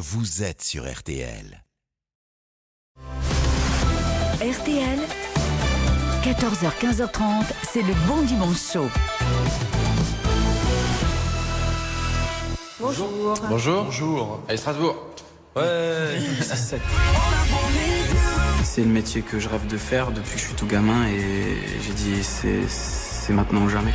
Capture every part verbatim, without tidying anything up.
vous êtes sur R T L. R T L, quatorze heures quinze heures trente, c'est le Bon Dimanche Show. Bonjour. Bonjour. Bonjour. Allez, Strasbourg. Ouais. C'est le métier que je rêve de faire depuis que je suis tout gamin et j'ai dit c'est, c'est maintenant ou jamais.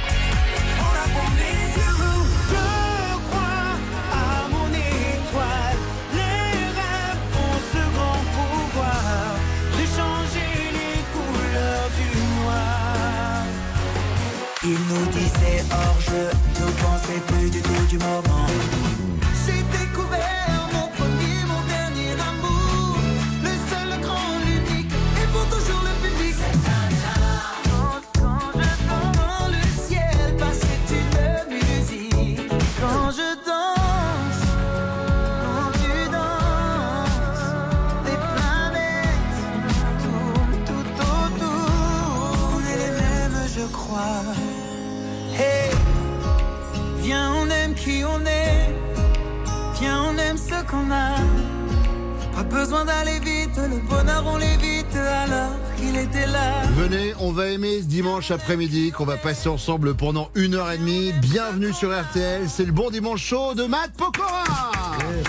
Il nous disait hors jeu, ne pensait plus du tout du moment. J'ai découvert mon premier, mon dernier amour. Le seul, le grand, l'unique, et pour toujours le public. Quand, quand je danse dans le ciel, passait une musique. Quand je danse, quand tu danses, des planètes tournent tout autour. On est les mêmes, je crois. Hey, viens, on aime qui on est. Viens, on aime ce qu'on a. Pas besoin d'aller vite, le bonheur on l'évite alors qu'il était là. Venez, on va aimer ce dimanche après-midi qu'on va passer ensemble pendant une heure et demie. Bienvenue sur R T L, c'est le Bon Dimanche Show de Matt Pokora. Yes.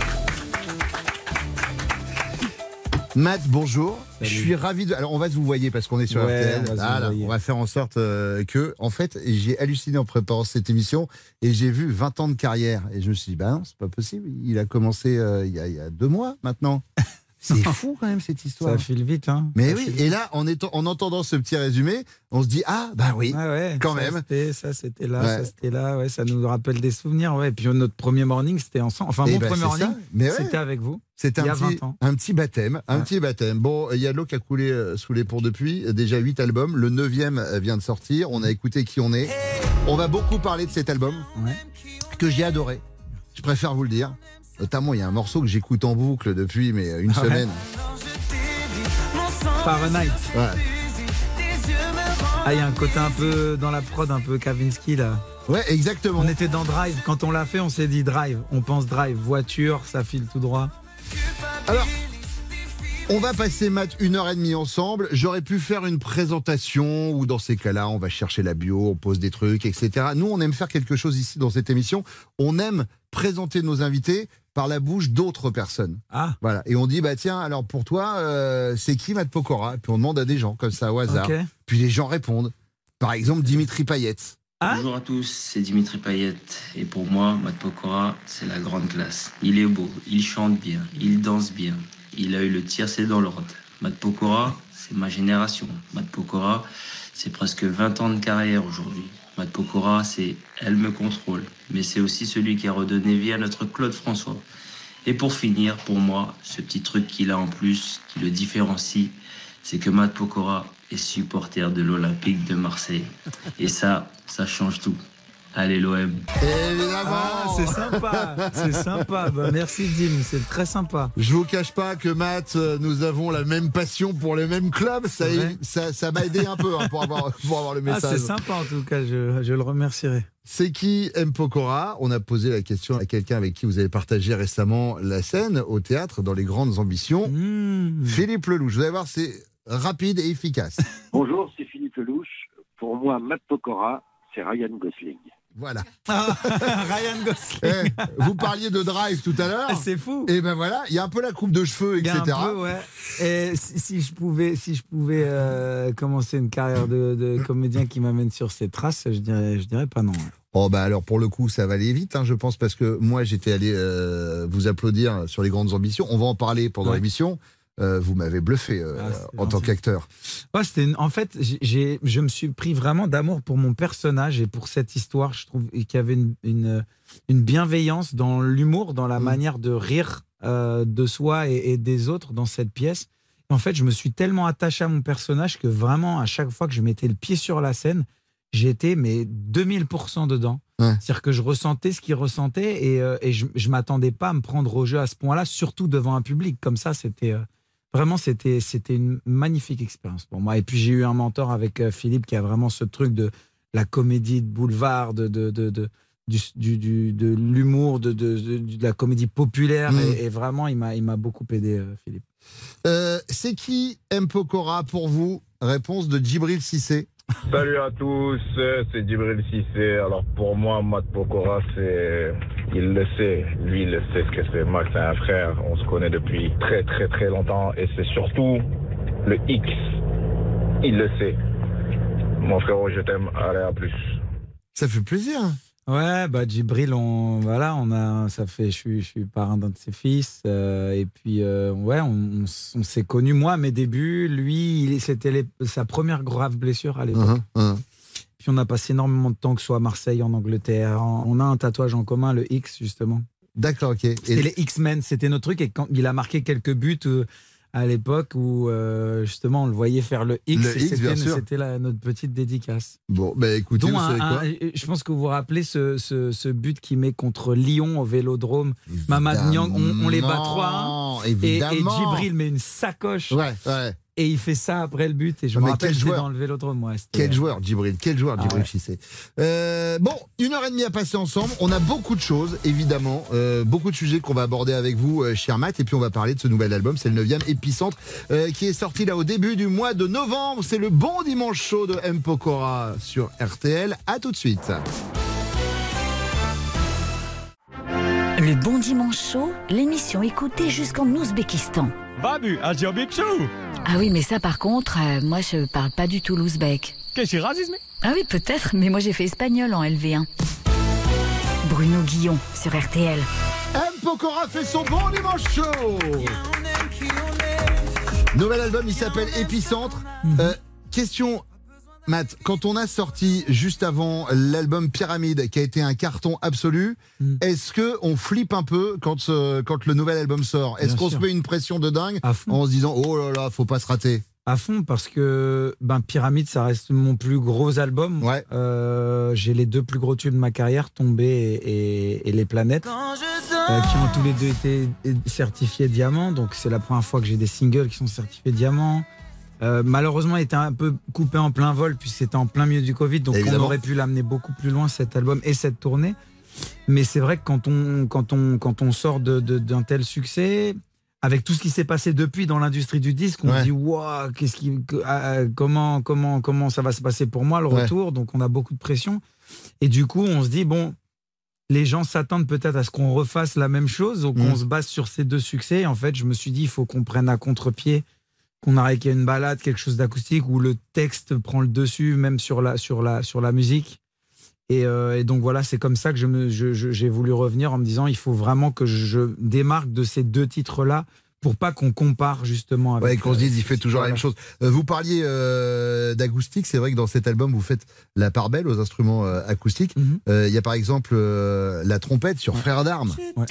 Matt, bonjour. Salut. Je suis ravi de. Alors, on va se vous voyer parce qu'on est sur ouais, R T L. On va, ah, là, on va faire en sorte euh, que, en fait, j'ai halluciné en préparant cette émission et j'ai vu vingt ans de carrière. Et je me suis dit, bah non, c'est pas possible. Il a commencé euh, il, y a, il y a deux mois maintenant. C'est fou quand même cette histoire. Ça file vite, hein. Mais ça oui, vite. Et là, en, étant, en entendant ce petit résumé, on se dit, ah, bah oui, ah ouais, quand ça même. C'était, ça c'était là, ouais. ça c'était là, ouais, ça nous rappelle des souvenirs. Ouais. Et puis notre premier morning, c'était ensemble. Enfin, et mon bah, premier morning, ouais. c'était avec vous. C'était il y un, a petit, vingt ans. un petit baptême. Un ouais. petit baptême. Bon, il y a de l'eau qui a coulé euh, sous les ponts depuis. Déjà huit albums. Le neuvième vient de sortir. On a écouté Qui on est. On va beaucoup parler de cet album ouais. que j'ai adoré. Je préfère vous le dire. Notamment, il y a un morceau que j'écoute en boucle depuis mais une ah semaine. Ouais. Fahrenheit. Ouais. Ah, il y a un côté un peu dans la prod, un peu Kavinsky là. Ouais, exactement. On était dans Drive. Quand on l'a fait, on s'est dit Drive. On pense Drive, voiture, ça file tout droit. Alors, on va passer, Matt, une heure et demie ensemble. J'aurais pu faire une présentation où, dans ces cas-là, on va chercher la bio, on pose des trucs, et cetera. Nous, on aime faire quelque chose ici dans cette émission. On aime présenter nos invités par la bouche d'autres personnes. Ah. Voilà. Et on dit, bah tiens, alors pour toi, euh, c'est qui Matt Pokora? Puis on demande à des gens comme ça au hasard. Okay. Puis les gens répondent. Par exemple, Dimitri Payet. Ah Bonjour à tous, c'est Dimitri Payet. Et pour moi, Matt Pokora, c'est la grande classe. Il est beau, il chante bien, il danse bien. Il a eu le tiercé dans l'ordre. Matt Pokora, c'est ma génération. Matt Pokora, c'est presque vingt ans de carrière aujourd'hui. Matt Pokora, c'est « Elle me contrôle ». Mais c'est aussi celui qui a redonné vie à notre Claude François. Et pour finir, pour moi, ce petit truc qu'il a en plus, qui le différencie, c'est que Matt Pokora est supporter de l'Olympique de Marseille. Et ça, ça change tout. Allez l'O M. Évidemment. Ah, c'est sympa, c'est sympa. Bah, merci Dim, c'est très sympa. Je vous cache pas que Matt, nous avons la même passion pour le même club. Ça, ça, ça m'a aidé un peu hein, pour, avoir, pour avoir le message. Ah, c'est sympa en tout cas, je, je le remercierai. C'est qui M. Pokora? On a posé la question à quelqu'un avec qui vous avez partagé récemment la scène au théâtre dans Les Grandes Ambitions. Mmh. Philippe Lelouch. Vous allez voir, c'est rapide et efficace. Bonjour, c'est Philippe Lelouch. Pour moi, Matt Pokora, c'est Ryan Gosling. Voilà. Ah, Ryan Gosling. Eh, vous parliez de Drive tout à l'heure. C'est fou. Et ben voilà, il y a un peu la coupe de cheveux, et cetera. Il y a un peu, ouais. Et si, si je pouvais, si je pouvais euh, commencer une carrière de, de comédien qui m'amène sur ces traces, je dirais, je dirais pas non. Oh bah alors pour le coup ça va aller vite hein, je pense parce que moi j'étais allé euh, vous applaudir sur Les Grandes Ambitions. On va en parler pendant ouais. l'émission. Euh, vous m'avez bluffé euh, ah, en tant qu'acteur. Ouais, c'était une... En fait, j'ai, je me suis pris vraiment d'amour pour mon personnage et pour cette histoire. Je trouve qu'il y avait une, une, une bienveillance dans l'humour, dans la mmh. manière de rire euh, de soi et, et des autres dans cette pièce. Et en fait, je me suis tellement attaché à mon personnage que vraiment, à chaque fois que je mettais le pied sur la scène, j'étais mais deux mille pour cent dedans. Ouais. C'est-à-dire que je ressentais ce qu'il ressentait et, euh, et je ne m'attendais pas à me prendre au jeu à ce point-là, surtout devant un public. Comme ça, c'était... Euh, Vraiment, c'était, c'était une magnifique expérience pour moi. Et puis, j'ai eu un mentor avec Philippe qui a vraiment ce truc de la comédie de boulevard, de, de, de, de, du, du, du- de l'humour, de, de, de, de la comédie populaire. Mm. Et, et vraiment, il m'a, il m'a beaucoup aidé, euh, Philippe. Euh, c'est qui M. Pokora pour vous? Réponse de Djibril Cissé. Salut à tous, c'est Djibril Cissé. Alors pour moi, Mat Pokora, c'est... Il le sait, lui il le sait ce que c'est. Max, c'est un frère, on se connaît depuis très très très longtemps. Et c'est surtout le X. Il le sait. Mon frérot, je t'aime, allez à plus. Ça fait plaisir. Ouais, bah Djibril, on, voilà, on a, ça fait, je suis, je suis parrain d'un de ses fils. euh, et puis, euh, ouais, on, on s- on s'est connus, moi, à mes débuts. Lui, il- c'était les- sa première grave blessure à l'époque. Uhum, uhum. Puis on a passé énormément de temps, que ce soit à Marseille, en Angleterre. En- on a un tatouage en commun, le X, justement. D'accord, ok. Et- C'était les X-Men, c'était notre truc. Et quand il a marqué quelques buts euh, à l'époque où, euh, justement, on le voyait faire le X. Le et X, c'était, bien sûr. c'était la- notre petite dédicace. Bon, bah écoutez, Dont vous un- savez quoi un- je pense que vous vous rappelez ce, ce, ce but qu'il met contre Lyon au Vélodrome. Mamad Niang, on, on les bat trois à un. Et, et Évidemment. Djibril met une sacoche Ouais, ouais. et il fait ça après le but. Et je Ah, me mais rappelle, quel c'était joueur. dans le Vélodrome. Ouais, c'était- Quel joueur, Djibril, quel joueur, Ah Djibril ouais. Cissé. Euh, bon, une heure et demie à passer ensemble. On a beaucoup de choses, évidemment, euh, beaucoup de sujets qu'on va aborder avec vous, euh, cher Matt. Et puis on va parler de ce nouvel album, c'est le neuvième Épicentre, euh, qui est sorti là au début du mois de novembre. C'est le bon dimanche chaud de M. Pokora sur R T L. À tout de suite. Le Bon Dimanche Chaud, l'émission écoutée jusqu'en Ouzbékistan. Babu, Adjobikchou. Ah oui, mais ça par contre, euh, moi je parle pas du tout l'ouzbek. Qu'est-ce que racisme? Ah oui, peut-être, mais moi j'ai fait espagnol en L V un. Bruno Guillon sur R T L. M. Pokora fait son bon dimanche chaud. Nouvel album, il s'appelle Épicentre. Euh, question, Matt, quand on a sorti juste avant l'album Pyramide, qui a été un carton absolu, Mm. est-ce que on flippe un peu quand, euh, quand le nouvel album sort? Est-ce Bien qu'on se sûr. met une pression de dingue À fond. en se disant oh là là, faut pas se rater? À fond, parce que ben, Pyramide, ça reste mon plus gros album. Ouais. Euh, j'ai les deux plus gros tubes de ma carrière, Tombé et, et- et Les Planètes, euh, qui ont tous les deux été certifiés diamant. Donc c'est la première fois que j'ai des singles qui sont certifiés diamant. Euh, malheureusement, il était un peu coupé en plein vol, puisque c'était en plein milieu du Covid. Donc Évidemment. on aurait pu l'amener beaucoup plus loin, cet album et cette tournée. Mais c'est vrai que quand on, quand on, quand on sort de, de- d'un tel succès, avec tout ce qui s'est passé depuis dans l'industrie du disque, on Ouais. se dit waouh, qu'est-ce qui, que- ah, comment, comment, comment ça va se passer pour moi le Ouais. retour. Donc on a beaucoup de pression. Et du coup, on se dit bon, les gens s'attendent peut-être à ce qu'on refasse la même chose. Donc Mm. on se base sur ces deux succès. Et en fait, je me suis dit il faut qu'on prenne à contre-pied, qu'on arrête qu'il y ait une balade, quelque chose d'acoustique où le texte prend le dessus, même sur la, sur la, sur la musique. Et, euh, et donc voilà, c'est comme ça que je me, je- je- j'ai voulu revenir en me disant il faut vraiment que je démarque de ces deux titres-là pour pas qu'on compare justement avec. Ouais, qu'on se dise, il fait toujours la voilà. même chose. Euh, vous parliez euh, d'acoustique, c'est vrai que dans cet album, vous faites la part belle aux instruments euh, acoustiques. Mhm. Euh, Il y a par exemple euh, la trompette sur Frères d'armes. Ouais.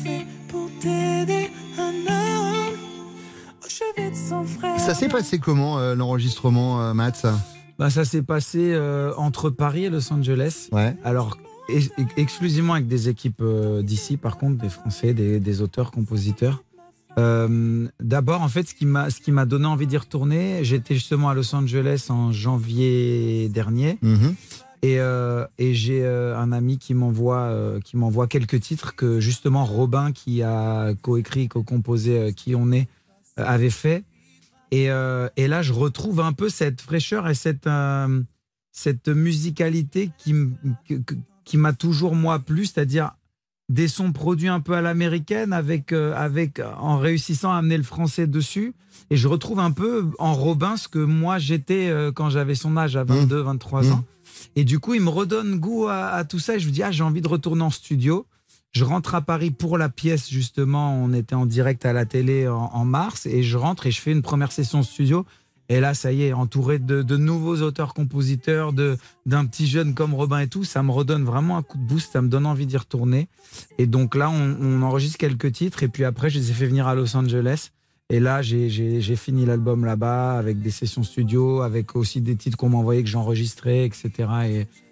Ça s'est passé comment euh, l'enregistrement, euh, Matt, ça? Bah, ça s'est passé euh, entre Paris et Los Angeles. Ouais. Alors, ex- exclusivement avec des équipes euh, d'ici, par contre, des Français, des, des auteurs, compositeurs. Euh, D'abord, en fait, ce qui m'a ce qui m'a donné envie d'y retourner, j'étais justement à Los Angeles en janvier dernier. Mhm. Et, euh, et j'ai euh, un ami qui m'envoie euh, qui m'envoie quelques titres que justement Robin, qui a coécrit, co-composé euh, Qui on est, euh, avait fait. Et, euh, et là, je retrouve un peu cette fraîcheur et cette, euh, cette musicalité qui, m- que- que- qui m'a toujours, moi, plu, c'est-à-dire des sons produits un peu à l'américaine, avec, euh, avec, en réussissant à amener le français dessus. Et je retrouve un peu en Robin ce que moi, j'étais euh, quand j'avais son âge, à vingt-deux, vingt-trois Mmh. ans. Et du coup, il me redonne goût à, à tout ça. Et je me dis, ah, j'ai envie de retourner en studio. Je rentre à Paris pour la pièce, justement. On était en direct à la télé en, en mars. Et je rentre et je fais une première session studio. Et là, ça y est, entouré de, de nouveaux auteurs-compositeurs, de, d'un petit jeune comme Robin et tout, ça me redonne vraiment un coup de boost. Ça me donne envie d'y retourner. Et donc là, on, on enregistre quelques titres. Et puis après, je les ai fait venir à Los Angeles. Et là, j'ai, j'ai, j'ai fini l'album là-bas avec des sessions studio, avec aussi des titres qu'on m'a envoyés que j'ai enregistrés, et cetera. Et,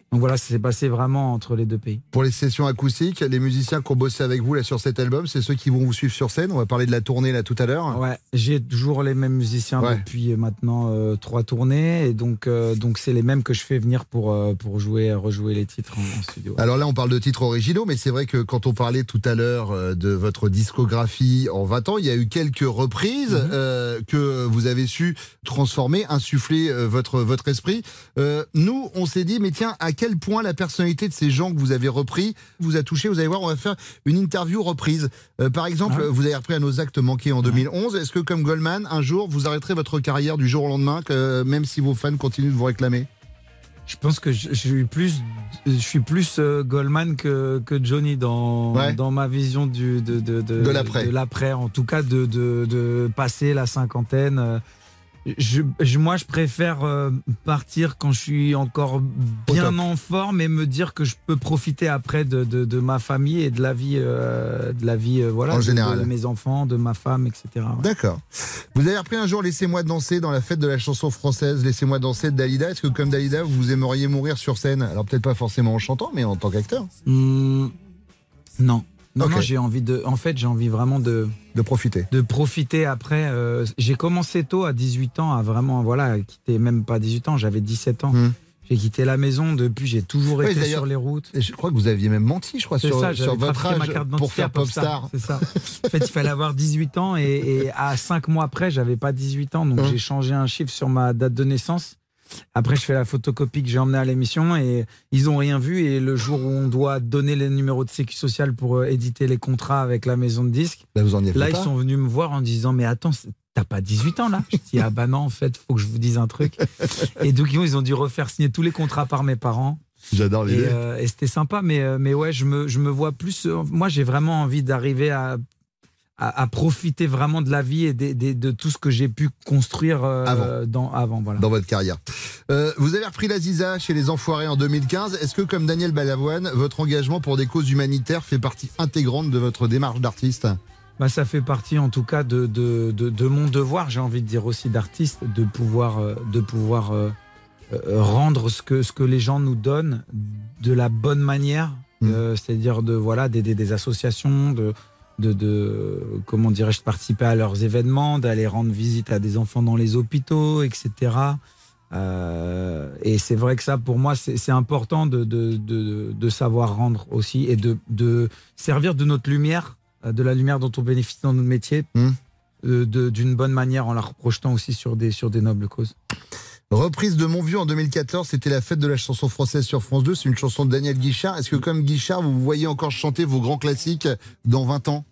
Donc voilà, ça s'est passé vraiment entre les deux pays. Pour les sessions acoustiques, les musiciens qui ont bossé avec vous là sur cet album, c'est ceux qui vont vous suivre sur scène. On va parler de la tournée là tout à l'heure. Ouais, j'ai toujours les mêmes musiciens Ouais. depuis maintenant euh, trois tournées, et donc euh, donc c'est les mêmes que je fais venir pour euh, pour jouer rejouer les titres en, en studio. Alors là, on parle de titres originaux, mais c'est vrai que quand on parlait tout à l'heure euh, de votre discographie en vingt ans, il y a eu quelques reprises Mhm. euh, que vous avez su transformer, insuffler euh, votre votre esprit. Euh, nous, on s'est dit, mais tiens, à quel point la personnalité de ces gens que vous avez repris vous a touché. Vous allez voir, on va faire une interview reprise. Euh, par exemple, Ah. vous avez repris à nos actes manqués en deux mille onze. Est-ce que, comme Goldman, un jour, vous arrêterez votre carrière du jour au lendemain, que, même si vos fans continuent de vous réclamer? Je pense que je, je suis plus, je suis plus euh, Goldman que, que Johnny dans, Ouais. dans ma vision du, de, de, de, De l'après. de l'après, en tout cas de, de, de passer la cinquantaine. euh, Je, je- moi, je préfère euh, partir quand je suis encore bien en forme et me dire que je peux profiter après de, de, de ma famille et de la vie, euh, de la vie, euh, voilà, En de, général. de mes enfants, de ma femme, et cetera. Ouais. D'accord. Vous avez repris un jour Laissez-moi danser dans la fête de la chanson française, Laissez-moi danser de Dalida. Est-ce que, comme Dalida, vous aimeriez mourir sur scène? Alors, peut-être pas forcément en chantant, mais en tant qu'acteur. Hum, non. Non, Ok. non, j'ai envie de. En fait, j'ai envie vraiment de. De profiter. De profiter après. euh, j'ai commencé tôt, à dix-huit ans, à vraiment, voilà, quitter, même pas dix-huit ans, j'avais dix-sept ans. Hum. J'ai quitté la maison, depuis, j'ai toujours Oui, été d'ailleurs, sur les routes. Et je crois que vous aviez même menti, je crois, C'est sur, ça, sur j'avais votre trafiqué ma âge carte pour d'identité à faire Popstar. C'est ça. En fait, il fallait avoir dix-huit ans et, et à cinq mois après, j'avais pas dix-huit ans. Donc, Hum. j'ai changé un chiffre sur ma date de naissance. Après, je fais la photocopie que j'ai emmenée à l'émission et ils ont rien vu. Et le jour où on doit donner les numéros de sécu sociale pour euh, éditer les contrats avec la maison de disques, Là, vous en y êtes là, pas. ils sont venus me voir en disant, mais attends, c'est- t'as pas dix-huit ans là? Je dis, ah bah non, en fait, faut que je vous dise un truc. Et donc, ils ont dû refaire signer tous les contrats par mes parents. J'adore Et, l'idée. euh, et c'était sympa, mais, euh, mais ouais, je me, je me vois plus. euh, moi, j'ai vraiment envie d'arriver à, à, à profiter vraiment de la vie et des- des- de tout ce que j'ai pu construire euh, Avant. Dans, avant. Voilà. Dans votre carrière. Euh, vous avez repris la Ziza chez les Enfoirés en deux mille quinze. Est-ce que, comme Daniel Balavoine, votre engagement pour des causes humanitaires fait partie intégrante de votre démarche d'artiste? Bah, ça fait partie, en tout cas, de, de, de, de mon devoir, j'ai envie de dire aussi d'artiste, de pouvoir, euh, de pouvoir euh, euh, rendre ce que, ce que les gens nous donnent de la bonne manière, Mmh. euh, c'est-à-dire de voilà d'aider des associations, de de, de comment dirais-je, de participer à leurs événements, d'aller rendre visite à des enfants dans les hôpitaux, et cetera. Euh, et c'est vrai que ça, pour moi, c'est c'est important de, de, de, de savoir rendre aussi et de, de servir de notre lumière, euh, de la lumière dont on bénéficie dans notre métier, Mmh. euh, de- d'une bonne manière en la reprojetant aussi sur des, sur des nobles causes. Reprise de Mon Vieux en deux mille quatorze, c'était la fête de la chanson française sur France deux. C'est une chanson de Daniel Guichard. Est-ce que, comme Guichard, vous voyez encore chanter vos grands classiques dans vingt ans?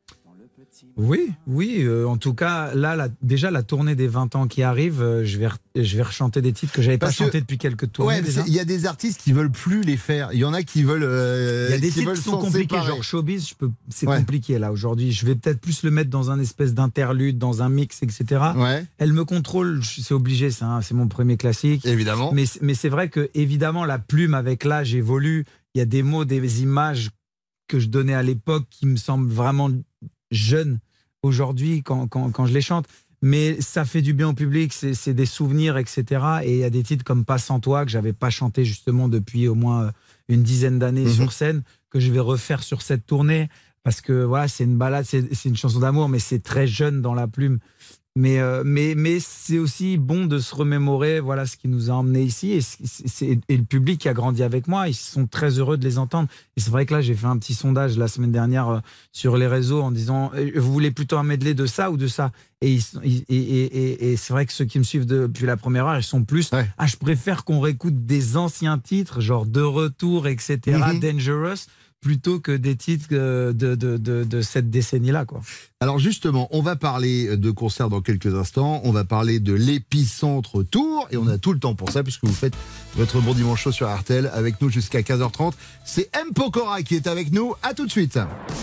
Oui, oui. euh, en tout cas, là, la- déjà, la tournée des vingt ans qui arrive, euh, je vais, re- je vais rechanter des titres que j'avais pas Parce que- chantés depuis quelques tournées. Ouais, déjà. c'est- il y a des artistes qui veulent plus les faire. Il y en a qui veulent. euh, Il y a des qui titres veulent qui sont s'en compliqués, séparer. genre Showbiz, je peux, c'est Ouais. compliqué là aujourd'hui. Je vais peut-être plus le mettre dans un espèce d'interlude, dans un mix, et cetera. Ouais, Elle me contrôle, je- c'est obligé, c'est un- c'est mon premier classique. évidemment. Mais, mais c'est vrai que évidemment la plume avec l'âge évolue. Il y a des mots, des images que je donnais à l'époque qui me semblent vraiment jeunes aujourd'hui quand, quand, quand je les chante. Mais ça fait du bien au public, c'est c'est des souvenirs, et cetera. Et il y a des titres comme Pas sans toi que j'avais pas chanté justement depuis au moins une dizaine d'années Mhm. sur scène, que je vais refaire sur cette tournée. Parce que voilà, c'est une balade, c'est c'est une chanson d'amour, mais c'est très jeune dans la plume. Mais, euh, mais, mais c'est aussi bon de se remémorer voilà, ce qui nous a emmenés ici. Et, c'est- c'est- et le public qui a grandi avec moi, ils sont très heureux de les entendre. Et c'est vrai que là, j'ai fait un petit sondage la semaine dernière euh, sur les réseaux en disant euh, vous voulez plutôt un medley de ça ou de ça? Et, ils sont- ils- et, et, et, et c'est vrai que ceux qui me suivent depuis la première heure, ils sont plus Ouais. ah, je préfère qu'on réécoute des anciens titres, genre De Retour, et cetera, Mhm. Dangerous, plutôt que des titres euh, de, de, de, de cette décennie-là, quoi. Alors justement, on va parler de concerts dans quelques instants. On va parler de l'Épicentre Tour. Et on a tout le temps pour ça, puisque vous faites votre Bon Dimanche Show sur R T L avec nous jusqu'à quinze heures trente. C'est M. Pokora qui est avec nous. À tout de suite.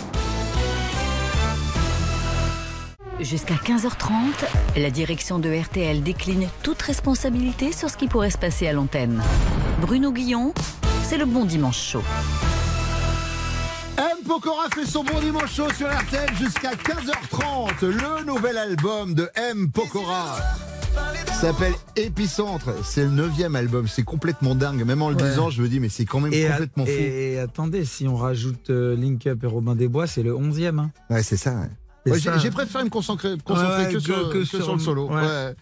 Jusqu'à quinze heures trente, la direction de R T L décline toute responsabilité sur ce qui pourrait se passer à l'antenne. Bruno Guillon, c'est le Bon Dimanche Show. M. Pokora fait son Bon Dimanche Show sur R T L jusqu'à quinze heures trente. Le nouvel album de M. Pokora s'appelle Épicentre. C'est le neuvième album. C'est complètement dingue. Même en le Ouais. disant, je me dis, mais c'est quand même Et, complètement a- fou. et attendez, si on rajoute euh, Link Up et Robin des Bois, c'est le onzième. Hein. Ouais, c'est ça. Ouais. C'est Ouais, j'ai, ça. j'ai préféré me concentrer, concentrer Ouais, que, que- sur, que que sur- sur le solo. ouais. Ouais.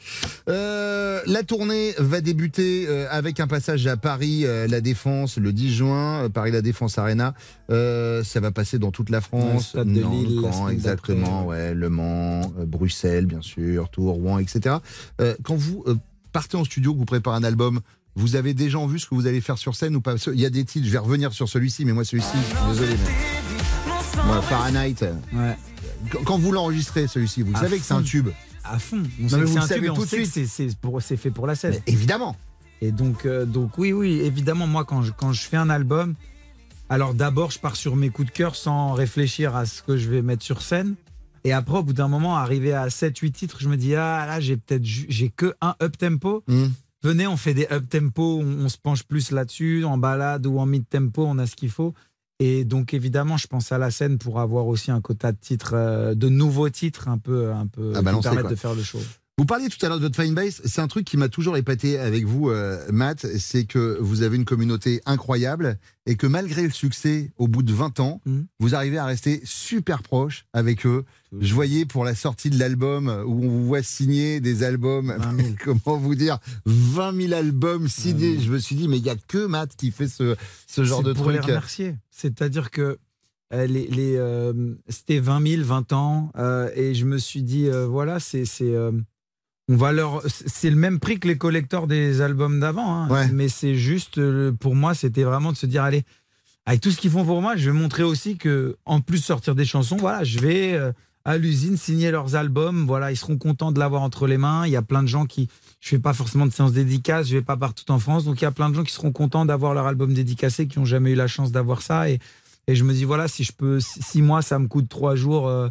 Euh, la tournée va débuter euh, avec un passage à Paris, euh, La Défense, le dix juin, euh, Paris La Défense Arena. Euh, ça va passer dans toute la Ouais, France, Stade de Nantes, Lille, la Caen, semaine exactement, d'après. ouais, Le Mans, euh, Bruxelles, bien sûr, Tours, Rouen, et cetera. Euh, quand vous euh, partez en studio, que vous préparez un album, vous avez déjà en vue ce que vous allez faire sur scène ou pas? Il y a des titres, je vais revenir sur celui-ci, mais moi celui-ci, je suis désolé. Mais... Moi, Fahrenheit. Ouais. Quand- Quand vous l'enregistrez, celui-ci, vous À savez que c'est un fond. tube. À fond. On Non, sait mais que vous c'est le un savez tube et on tout de sait que suite. c'est, c'est, pour- c'est fait pour la scène. Mais évidemment. Et donc, euh, donc oui, oui, évidemment, moi, quand je, quand je fais un album, alors d'abord, je pars sur mes coups de cœur sans réfléchir à ce que je vais mettre sur scène. Et après, au bout d'un moment, arrivé à sept huit titres, je me dis, ah là, j'ai peut-être ju- j'ai que un up-tempo. Mmh. Venez, on fait des up-tempo, on, on se penche plus là-dessus, en balade ou en mid-tempo, on a ce qu'il faut. Et donc, évidemment, je pense à la scène pour avoir aussi un quota de titres, euh, de nouveaux titres, un peu, un peu À qui balancer, permettent quoi. de faire le show. Vous parliez tout à l'heure de votre fanbase, c'est un truc qui m'a toujours épaté avec vous, euh, Matt, c'est que vous avez une communauté incroyable et que malgré le succès, au bout de vingt ans, Mhm. vous arrivez à rester super proche avec eux. Je voyais pour la sortie de l'album où on vous voit signer des albums, vingt mille. comment vous dire, vingt mille albums signés. vingt mille. Je me suis dit, mais il n'y a que Matt qui fait ce, ce genre C'est de pour truc. les remercier. C'est-à-dire que euh, les, les, euh, c'était vingt mille, vingt ans, euh, et je me suis dit, euh, voilà, c'est, c'est, euh, on va leur, c'est le même prix que les collecteurs des albums d'avant, hein, Ouais. mais c'est juste, euh, pour moi, c'était vraiment de se dire, allez, avec tout ce qu'ils font pour moi, je vais montrer aussi que, en plus de sortir des chansons, voilà, je vais euh, à l'usine signer leurs albums, voilà, ils seront contents de l'avoir entre les mains. Il y a plein de gens qui, je fais pas forcément de séances dédicaces, je vais pas partout en France, donc il y a plein de gens qui seront contents d'avoir leur album dédicacé, qui ont jamais eu la chance d'avoir ça, et, et je me dis voilà, si je peux, si, si moi ça me coûte trois jours, euh,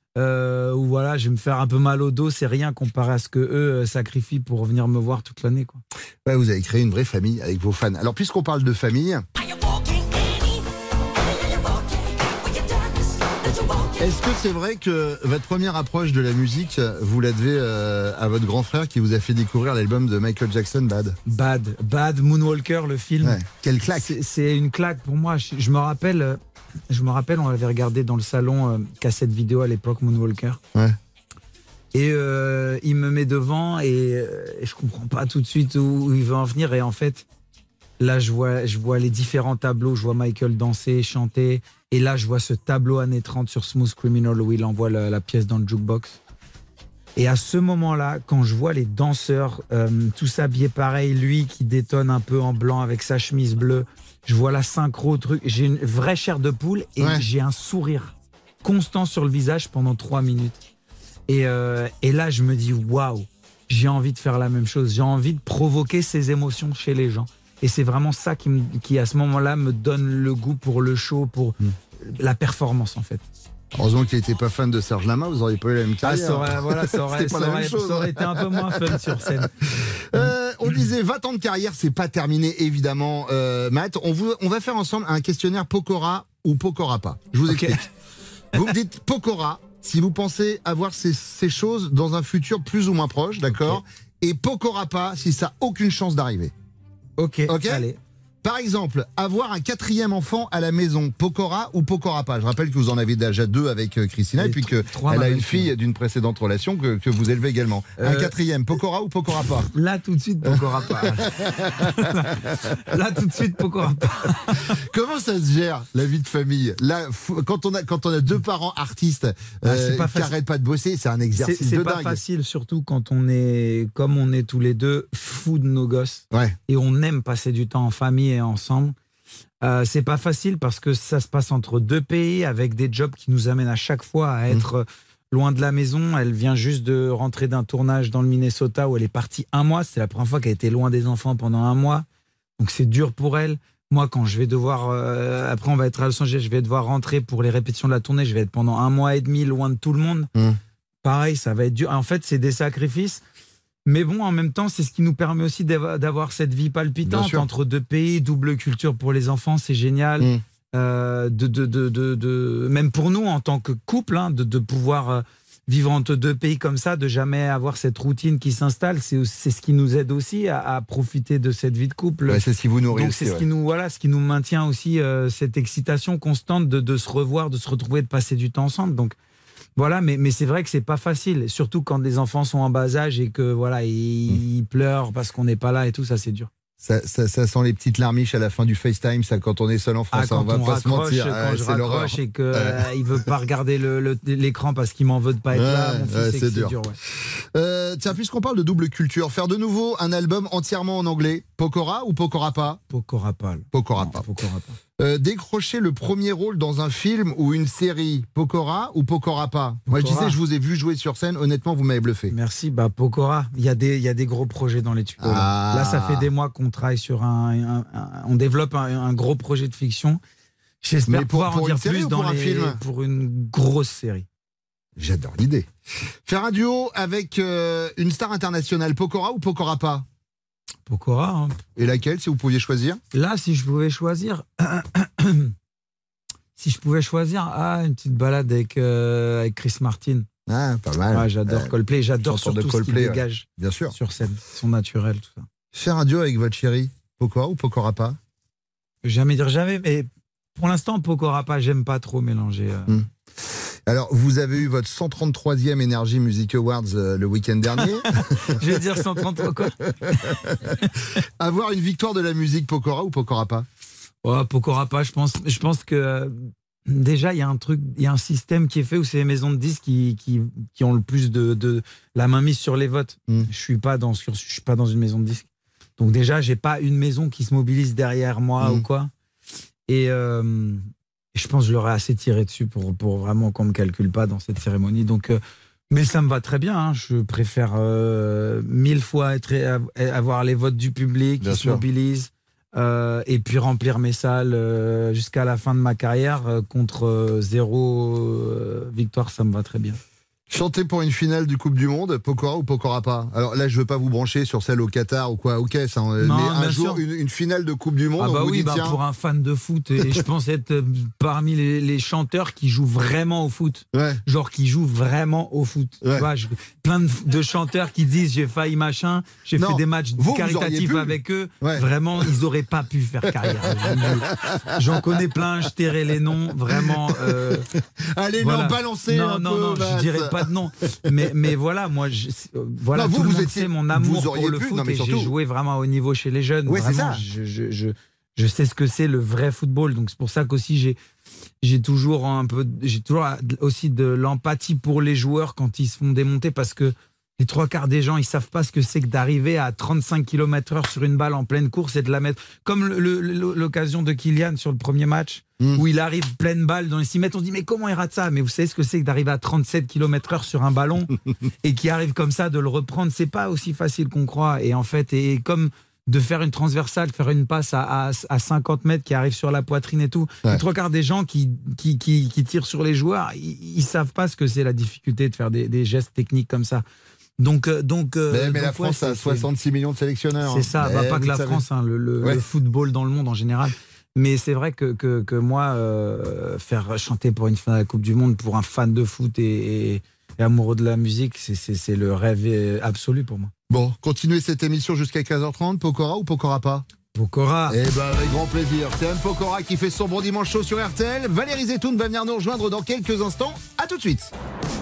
euh, ou voilà, je vais me faire un peu mal au dos, c'est rien comparé à ce que eux euh, sacrifient pour venir me voir toute l'année, quoi. Ouais, vous avez créé une vraie famille avec vos fans. Alors, puisqu'on parle de famille, est-ce que c'est vrai que votre première approche de la musique, vous la devez euh, à votre grand frère qui vous a fait découvrir l'album de Michael Jackson, Bad? Bad, Bad, Moonwalker, le film. Ouais, quelle claque. C'est, c'est une claque pour moi. Je, je me rappelle, euh, je me rappelle, on l'avait regardé dans le salon, euh, cassette vidéo à l'époque, Moonwalker. Ouais. Et euh, il me met devant et, euh, et je comprends pas tout de suite où, où il veut en venir. Et en fait, là, je vois, je vois les différents tableaux. Je vois Michael danser, chanter. Et là, je vois ce tableau années trente sur Smooth Criminal où il envoie la, la pièce dans le jukebox. Et à ce moment-là, quand je vois les danseurs, euh, tous habillés pareil, lui qui détonne un peu en blanc avec sa chemise bleue, je vois la synchro, truc, j'ai une vraie chair de poule et Ouais. j'ai un sourire constant sur le visage pendant trois minutes. Et, euh, et là, je me dis, waouh, j'ai envie de faire la même chose. J'ai envie de provoquer ces émotions chez les gens. Et c'est vraiment ça qui, me, qui, à ce moment-là, me donne le goût pour le show, pour Mm. la performance, en fait. Heureusement qu'il n'était pas fan de Serge Lama, vous n'auriez pas eu la même Ah, carrière. ça aurait, voilà, ça aurait, C'était pas ça la aurait- même chose. ça aurait été un peu moins fun sur scène. Euh, on disait vingt ans de carrière, c'est pas terminé évidemment, euh, Matt. On, vous, on va faire ensemble un questionnaire Pokora ou Pokora pas. Je vous Ok. explique. Vous me dites Pokora si vous pensez avoir ces, ces choses dans un futur plus ou moins proche, d'accord? Et Pokora pas si ça a aucune chance d'arriver. Ok, Ok. allez. Par exemple, avoir un quatrième enfant à la maison, Pokora ou Pokora pas. Je rappelle que vous en avez déjà deux avec euh, Christina Et et puis tr- que trois elle a avec une fille Christina. d'une précédente relation que, que vous élevez également. Un Euh, quatrième, Pokora ou Pokora pas? Là, tout de suite, Pokora pas. Là, tout de suite, Pokora pas. Comment ça se gère la vie de famille? Là, f- quand on a quand on a deux parents artistes Ah, euh, c'est pas qui facile. arrêtent pas de bosser, c'est un C'est, exercice c'est de pas dingue. facile, surtout quand on est, comme on est tous les deux, fous de nos gosses. Ouais. Et on aime passer du temps en famille et ensemble. Euh, c'est pas facile parce que ça se passe entre deux pays avec des jobs qui nous amènent à chaque fois à être euh, loin de la maison. Elle vient juste de rentrer d'un tournage dans le Minnesota où elle est partie un mois. C'est la première fois qu'elle était loin des enfants pendant un mois. Donc c'est dur pour elle. Moi, quand je vais devoir... euh, après, on va être à Los Angeles, je vais devoir rentrer pour les répétitions de la tournée. Je vais être pendant un mois et demi loin de tout le monde. Mmh. Pareil, ça va être dur. En fait, c'est des sacrifices. Mais bon, en même temps, c'est ce qui nous permet aussi d'avoir d'avoir cette vie Bien palpitante sûr. entre deux pays, double culture pour les enfants, c'est génial. Mm. Euh, de, de, de, de, de- même pour nous, en tant que couple, hein, de, de pouvoir euh, vivre entre deux pays comme ça, de jamais avoir cette routine qui s'installe, c'est, c'est ce qui nous aide aussi à, à profiter de cette vie de couple. Ouais, c'est ce qui vous nourrit Donc aussi, c'est ce ouais. qui nous, voilà, ce qui nous maintient aussi euh, cette excitation constante de, de se revoir, de se retrouver, de passer du temps ensemble. Donc voilà, mais, mais c'est vrai que c'est pas facile, surtout quand les enfants sont en bas âge et que voilà, ils, ils pleurent parce qu'on n'est pas là et tout, ça c'est dur. Ça, ça, ça sent les petites larmiches à la fin du FaceTime, ça, quand on est seul en France, Ah, ça, on quand va on pas se raccroche, mentir. quand Ouais, je c'est l'horreur. raccroche et qu'il Ouais. ne veut pas regarder le, le- l'écran parce qu'il m'en veut de pas être Ouais, là, mon fils, ouais, c'est, c'est que dur. c'est dur. Ouais. Euh, tiens, puisqu'on parle de double culture, faire de nouveau un album entièrement en anglais, Pokora ou Pokora pas Pokora pas. Pokora Non, pas. Pokora pas. Euh, décrocher le premier rôle dans un film ou une série, Pokora ou Pokora pas Moi je Pokora. disais, je vous ai vu jouer sur scène, honnêtement, vous m'avez bluffé. Merci, bah Pokora. Il y a des, il y a des gros projets dans les tuyaux. là. Ah. Là, ça fait des mois qu'on travaille sur un, un- un- on développe un, un gros projet de fiction. J'espère Mais pour- pouvoir pour en une dire série plus ou dans pour un les, film pour une grosse série. J'adore l'idée. Faire un duo avec euh, une star internationale, Pokora ou Pokora pas Pokora. Hein. Et laquelle, si vous pouviez choisir? Là, si je pouvais choisir, si je pouvais choisir, ah, une petite balade avec, euh, avec Chris Martin. Ah, pas mal. Ouais, j'adore Euh, Coldplay, j'adore chanteur de surtout ce qu'il Coldplay, ouais. dégage Bien sûr. sur scène, son naturel, tout ça. Faire un duo avec votre chérie, Pokora ou Pokora pas Jamais dire jamais, mais pour l'instant, Pokora pas, j'aime pas trop mélanger. euh. Hmm. Alors, vous avez eu votre cent trente-troisième Energy Music Awards euh, le week-end dernier. Je vais dire cent trente-trois quoi. Avoir une victoire de la musique, Pokora ou Pokora pas Oh, Pokora pas, je pense, je pense que euh, déjà, il y a un truc, il y a un système qui est fait où c'est les maisons de disques qui, qui, qui ont le plus de, de la main mise sur les votes. Mm. Je suis pas dans, je suis pas dans une maison de disques. Donc déjà, j'ai pas une maison qui se mobilise derrière moi Mm. ou quoi. Et euh, je pense que je l'aurais assez tiré dessus pour, pour vraiment qu'on me calcule pas dans cette cérémonie. Donc, euh, mais ça me va très bien. Hein. Je préfère euh, mille fois être, avoir les votes du public Bien qui sûr. se mobilisent. Euh, et puis remplir mes salles euh, jusqu'à la fin de ma carrière euh, contre euh, zéro euh, victoire, ça me va très bien. Chanter pour une finale du Coupe du Monde, Pokora ou Pokora pas? Alors là, je veux pas vous brancher sur celle au Qatar ou quoi, ok, ça, Non, mais un bien jour, sûr. une, une finale de Coupe du Monde, Ah on bah vous oui, dit bah tiens, pour un fan de foot, et je pense être euh, parmi les, les chanteurs qui jouent vraiment au foot. ouais, Genre qui jouent vraiment au foot. Ouais. Tu vois, je- plein de, de chanteurs qui disent j'ai failli machin, j'ai Non, fait des matchs vous, vous auriez caritatifs pu. avec eux. Ouais. Vraiment, ils auraient pas pu faire carrière. J'en connais plein, je tairai les noms. Vraiment. euh, allez, Voilà. non, balancez non, un non, peu, non, Matt. je dirais pas de nom. Mais, mais voilà, moi, je, euh, voilà, Non, vous, tout le vous monde étiez- sait mon amour vous auriez pour le pu, foot non, mais et surtout- j'ai joué vraiment à haut niveau chez les jeunes. Ouais, c'est Vraiment, ça. Je, je, je, je sais ce que c'est le vrai football. Donc c'est pour ça qu'aussi j'ai, j'ai toujours un peu, j'ai toujours aussi de l'empathie pour les joueurs quand ils se font démonter parce que les trois quarts des gens, ils savent pas ce que c'est que d'arriver à trente-cinq kilomètres heure sur une balle en pleine course et de la mettre. Comme le- le- l'occasion de Kylian sur le premier match, Mm. où il arrive pleine balle dans les six mètres. On se dit, mais comment il rate ça? Mais vous savez ce que c'est que d'arriver à trente-sept kilomètres heure sur un ballon et qui arrive comme ça, de le reprendre? C'est pas aussi facile qu'on croit. Et en fait, et comme de faire une transversale, de faire une passe à, à, à cinquante mètres qui arrive sur la poitrine et tout. Ouais. Les trois quarts des gens qui, qui, qui, qui tirent sur les joueurs, ils, ils savent pas ce que c'est la difficulté de faire des, des gestes techniques comme ça. Donc, euh, donc, euh, Mais, mais donc, la ouais, France c'est- a c'est- soixante-six millions de sélectionneurs. c'est hein. ça, bah, Eh, pas vous que la savez. France, hein, le, le- Ouais. le football dans le monde en général. Mais c'est vrai que, que, que moi, euh, faire chanter pour une finale de la Coupe du Monde pour un fan de foot et, et, et amoureux de la musique, c'est, c'est, c'est le rêve euh, absolu pour moi. Bon, continuez cette émission jusqu'à quinze heures trente, Pokora ou Pokora pas? Pokora. Eh ben avec grand plaisir. C'est M. Pokora qui fait son bon dimanche chaud sur R T L. Valérie Zetoun va venir nous rejoindre dans quelques instants. À tout de suite.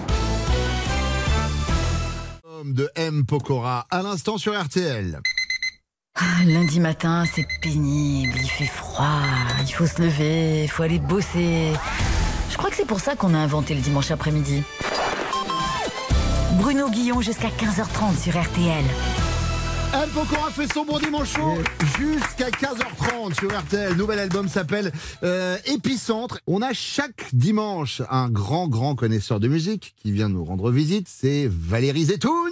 De M. Pokora à l'instant sur R T L. Ah, lundi matin, c'est pénible, il fait froid, il faut se lever, il faut aller bosser. Je crois que c'est pour ça qu'on a inventé le dimanche après-midi. Bruno Guillon jusqu'à quinze heures trente sur R T L. M. Pokora fait son bon dimanche chaud jusqu'à quinze heures trente sur R T L. Nouvel album s'appelle euh, Épicentre. On a chaque dimanche un grand, grand connaisseur de musique qui vient nous rendre visite. C'est Valérie Zetoun.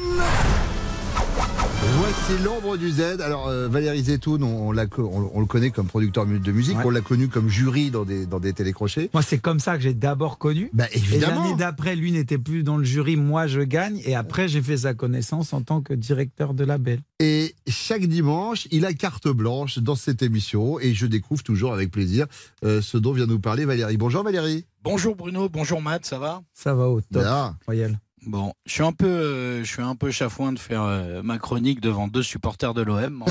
Voici l'ombre du Z. Alors euh, Valérie Zetoun, on, on, l'a, on, on le connaît comme producteur de musique. Ouais. On l'a connu comme jury dans des, dans des télécrochets. Moi, c'est comme ça que j'ai d'abord connu. Bah Et évidemment. l'année d'après, lui n'était plus dans le jury, moi je gagne. Et après, j'ai fait sa connaissance en tant que directeur de label. Et chaque dimanche, il a carte blanche dans cette émission. Et je découvre toujours avec plaisir euh, ce dont vient nous parler Valérie. Bonjour Valérie. Bonjour Bruno, bonjour Matt, ça va? Ça va au top, Bien. Royal. Bon, je suis un peu, euh, je suis un peu chafouin de faire euh, ma chronique devant deux supporters de l'O M.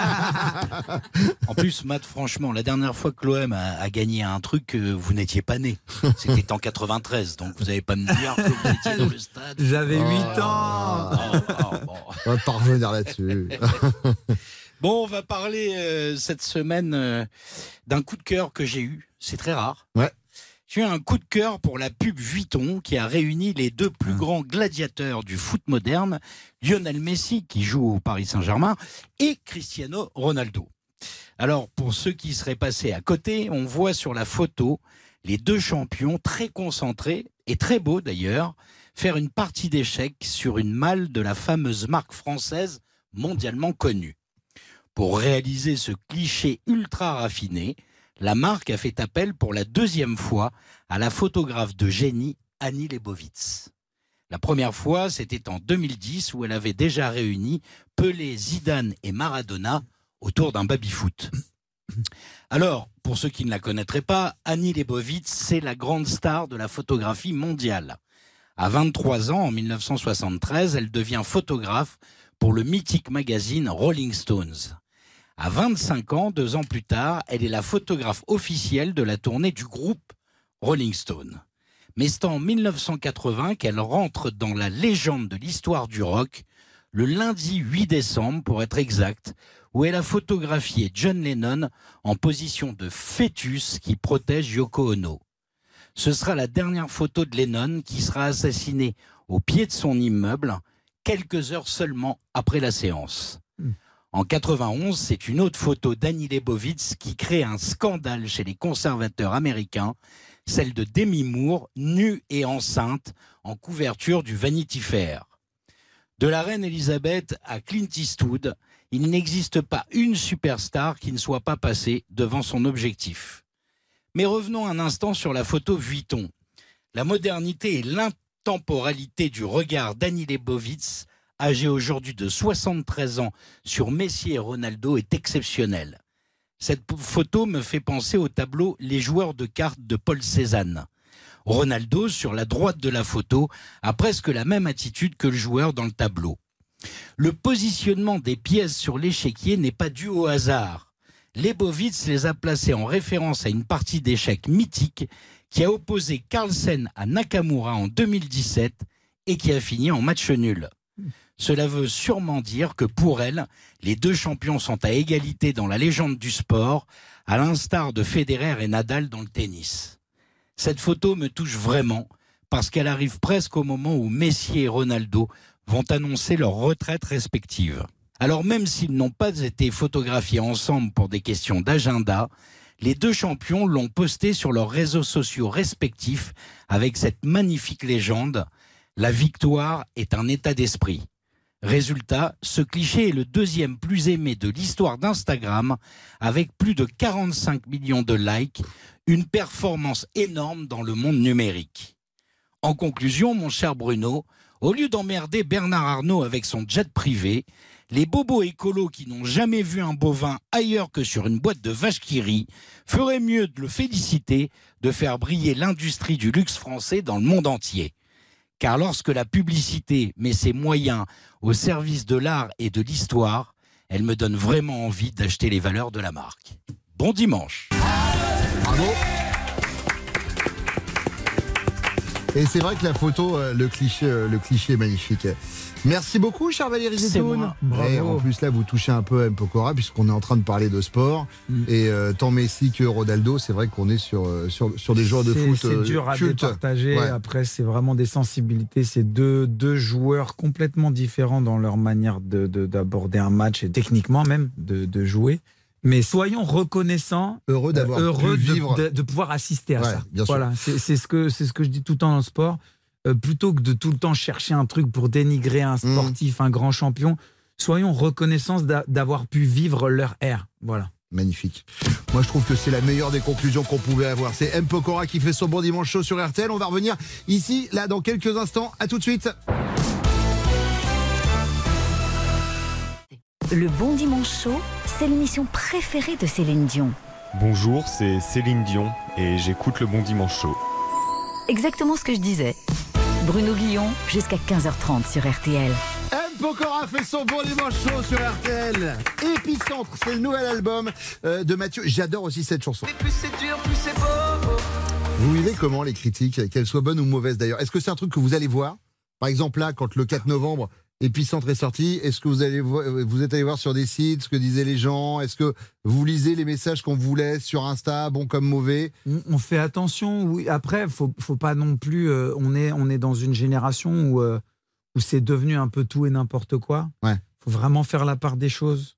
En plus, Matt, franchement, la dernière fois que l'O M a, a gagné un truc, euh, vous n'étiez pas né. C'était en quatre-vingt-treize, donc vous n'allez pas me dire que vous étiez dans le stade. J'avais Oh. huit ans. Oh, oh, bon. On va pas revenir là-dessus. Bon, on va parler euh, cette semaine euh, d'un coup de cœur que j'ai eu. C'est très rare. Ouais. J'ai eu un coup de cœur pour la pub Vuitton qui a réuni les deux plus grands gladiateurs du foot moderne, Lionel Messi qui joue au Paris Saint-Germain et Cristiano Ronaldo. Alors pour ceux qui seraient passés à côté, on voit sur la photo les deux champions très concentrés et très beaux d'ailleurs faire une partie d'échecs sur une malle de la fameuse marque française mondialement connue. Pour réaliser ce cliché ultra raffiné, la marque a fait appel pour la deuxième fois à la photographe de génie Annie Leibovitz. La première fois, c'était en deux mille dix où elle avait déjà réuni Pelé, Zidane et Maradona autour d'un baby-foot. Alors, pour ceux qui ne la connaîtraient pas, Annie Leibovitz, c'est la grande star de la photographie mondiale. À vingt-trois ans, en mille neuf cent soixante-treize, elle devient photographe pour le mythique magazine Rolling Stones. À vingt-cinq ans, deux ans plus tard, elle est la photographe officielle de la tournée du groupe Rolling Stone. Mais c'est en mille neuf cent quatre-vingts qu'elle rentre dans la légende de l'histoire du rock, le lundi huit décembre pour être exact, où elle a photographié John Lennon en position de fœtus qui protège Yoko Ono. Ce sera la dernière photo de Lennon qui sera assassiné au pied de son immeuble, quelques heures seulement après la séance. En quatre-vingt-onze, c'est une autre photo d'Annie Leibovitz qui crée un scandale chez les conservateurs américains, celle de Demi Moore, nue et enceinte, en couverture du Vanity Fair. De la reine Elisabeth à Clint Eastwood, il n'existe pas une superstar qui ne soit pas passée devant son objectif. Mais revenons un instant sur la photo Vuitton. La modernité et l'intemporalité du regard d'Annie Leibovitz, âgée aujourd'hui de soixante-treize ans, sur Messi et Ronaldo est exceptionnelle. Cette photo me fait penser au tableau Les joueurs de cartes de Paul Cézanne. Ronaldo, sur la droite de la photo, a presque la même attitude que le joueur dans le tableau. Le positionnement des pièces sur l'échiquier n'est pas dû au hasard. Leibovitz les a placées en référence à une partie d'échecs mythique qui a opposé Carlsen à Nakamura en deux mille dix-sept et qui a fini en match nul. Cela veut sûrement dire que pour elle, les deux champions sont à égalité dans la légende du sport, à l'instar de Federer et Nadal dans le tennis. Cette photo me touche vraiment parce qu'elle arrive presque au moment où Messi et Ronaldo vont annoncer leur retraite respective. Alors même s'ils n'ont pas été photographiés ensemble pour des questions d'agenda, les deux champions l'ont posté sur leurs réseaux sociaux respectifs avec cette magnifique légende « La victoire est un état d'esprit ». Résultat, ce cliché est le deuxième plus aimé de l'histoire d'Instagram avec plus de quarante-cinq millions de likes, une performance énorme dans le monde numérique. En conclusion, mon cher Bruno, au lieu d'emmerder Bernard Arnault avec son jet privé, les bobos écolos qui n'ont jamais vu un bovin ailleurs que sur une boîte de vache qui rit feraient mieux de le féliciter de faire briller l'industrie du luxe français dans le monde entier. Car lorsque la publicité met ses moyens au service de l'art et de l'histoire, elle me donne vraiment envie d'acheter les valeurs de la marque. Bon dimanche. Bravo. Et c'est vrai que la photo, euh, le cliché, euh, le cliché est magnifique. Merci beaucoup, cher Valérie Zetoun. Et en plus, là, vous touchez un peu à M. Pokora, puisqu'on est en train de parler de sport. Mm. Et euh, tant Messi que Ronaldo, c'est vrai qu'on est sur, euh, sur, sur des joueurs de foot C'est euh, dur à culte. départager. Ouais. Après, c'est vraiment des sensibilités. C'est deux, deux joueurs complètement différents dans leur manière de, de, d'aborder un match et techniquement même de, de jouer. Mais soyons reconnaissants, heureux d'avoir heureux pu de, vivre. de, de pouvoir assister à Ouais, ça. bien sûr. Voilà, c'est, c'est ce que c'est ce que je dis tout le temps dans le sport. Euh, plutôt que de tout le temps chercher un truc pour dénigrer un sportif, mmh. un grand champion, soyons reconnaissants d'a, d'avoir pu vivre leur ère. Voilà. Magnifique. Moi, je trouve que c'est la meilleure des conclusions qu'on pouvait avoir. C'est M. Pokora qui fait son Bon Dimanche Show sur R T L. On va revenir ici, là, dans quelques instants. À tout de suite. Le Bon Dimanche Show, c'est l'émission préférée de Céline Dion. Bonjour, c'est Céline Dion et j'écoute le Bon Dimanche Show. Exactement ce que je disais. Bruno Guillon, jusqu'à quinze heures trente sur R T L. M. Pokora fait son bon dimanche chaud sur R T L. Épicentre, c'est le nouvel album euh, de Mathieu. J'adore aussi cette chanson. Et plus c'est dur, plus c'est beau. Vous vivez comment les critiques, qu'elles soient bonnes ou mauvaises d'ailleurs? Est-ce que c'est un truc que vous allez voir? Par exemple là, quand le quatre novembre, Épicentre est sorti, est-ce que vous, allez vo- vous êtes allé voir sur des sites ce que disaient les gens? Est-ce que vous lisez les messages qu'on vous laisse sur Insta, bon comme mauvais? On, on fait attention. Oui. Après, faut, faut pas non plus. Euh, on est, on est dans une génération où, euh, où c'est devenu un peu tout et n'importe quoi. Ouais. Faut vraiment faire la part des choses.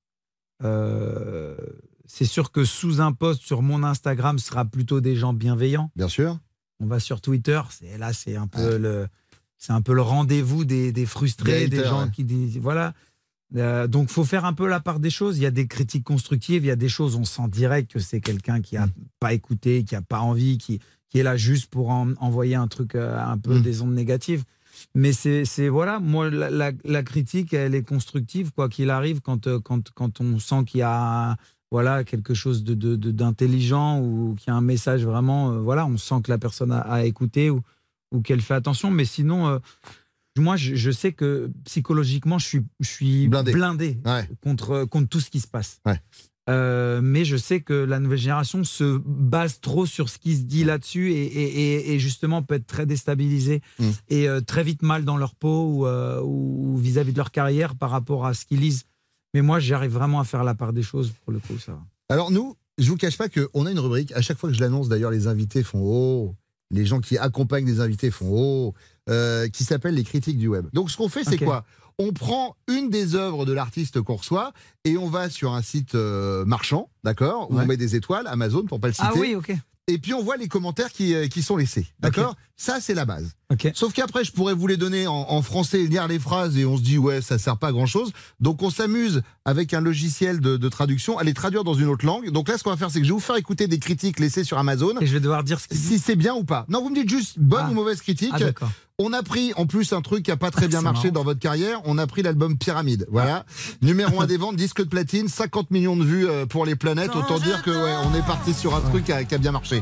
Euh, c'est sûr que sous un post sur mon Instagram, ce sera plutôt des gens bienveillants. Bien sûr. On va sur Twitter, c'est là, c'est un peu ouais. le. C'est un peu le rendez-vous des, des frustrés, des, haters, des gens ouais. qui disent voilà. Euh, donc, faut faire un peu la part des choses. Il y a des critiques constructives, il y a des choses, on sent direct que c'est quelqu'un qui a mmh. pas écouté, qui a pas envie, qui, qui est là juste pour en, envoyer un truc euh, un peu mmh. des ondes négatives. Mais c'est, c'est voilà, moi la, la, la critique, elle est constructive quoi qu'il arrive quand quand quand on sent qu'il y a voilà quelque chose de, de, de d'intelligent ou qu'il y a un message vraiment euh, voilà, on sent que la personne a, a écouté ou ou qu'elle fait attention, mais sinon, euh, moi, je, je sais que psychologiquement, je suis, je suis blindé, blindé ouais. contre, contre tout ce qui se passe. Ouais. Euh, mais je sais que la nouvelle génération se base trop sur ce qui se dit là-dessus et, et, et justement peut être très déstabilisée mmh. et euh, très vite mal dans leur peau ou, euh, ou vis-à-vis de leur carrière par rapport à ce qu'ils lisent. Mais moi, j'arrive vraiment à faire la part des choses pour le coup, ça va. Alors nous, je vous cache pas qu'on a une rubrique, à chaque fois que je l'annonce, d'ailleurs, les invités font « Oh !» Les gens qui accompagnent les invités font « Oh !» euh, qui s'appelle les critiques du web. Donc ce qu'on fait, c'est okay. quoi? On prend une des œuvres de l'artiste qu'on reçoit et on va sur un site euh, marchand, d'accord, où ouais. on met des étoiles, Amazon pour pas le citer. Ah oui, ok. Et puis on voit les commentaires qui, euh, qui sont laissés, d'accord? Okay. Ça, c'est la base. Okay. Sauf qu'après, je pourrais vous les donner en, en français, lire les phrases et on se dit ouais, ça sert pas à grand chose. Donc on s'amuse avec un logiciel de, de traduction à les traduire dans une autre langue. Donc là, ce qu'on va faire, c'est que je vais vous faire écouter des critiques laissées sur Amazon. Et je vais devoir dire ce qu'il si c'est bien ou pas. Non, vous me dites juste bonne ah. ou mauvaise critique. Ah, d'accord. On a pris en plus un truc qui n'a pas très bien marché marrant. dans votre carrière. On a pris l'album Pyramide. Voilà. Numéro un des ventes, disque de platine, cinquante millions de vues pour les planètes. Autant dire que ouais, on est parti sur un ouais. truc qui a, qui a bien marché.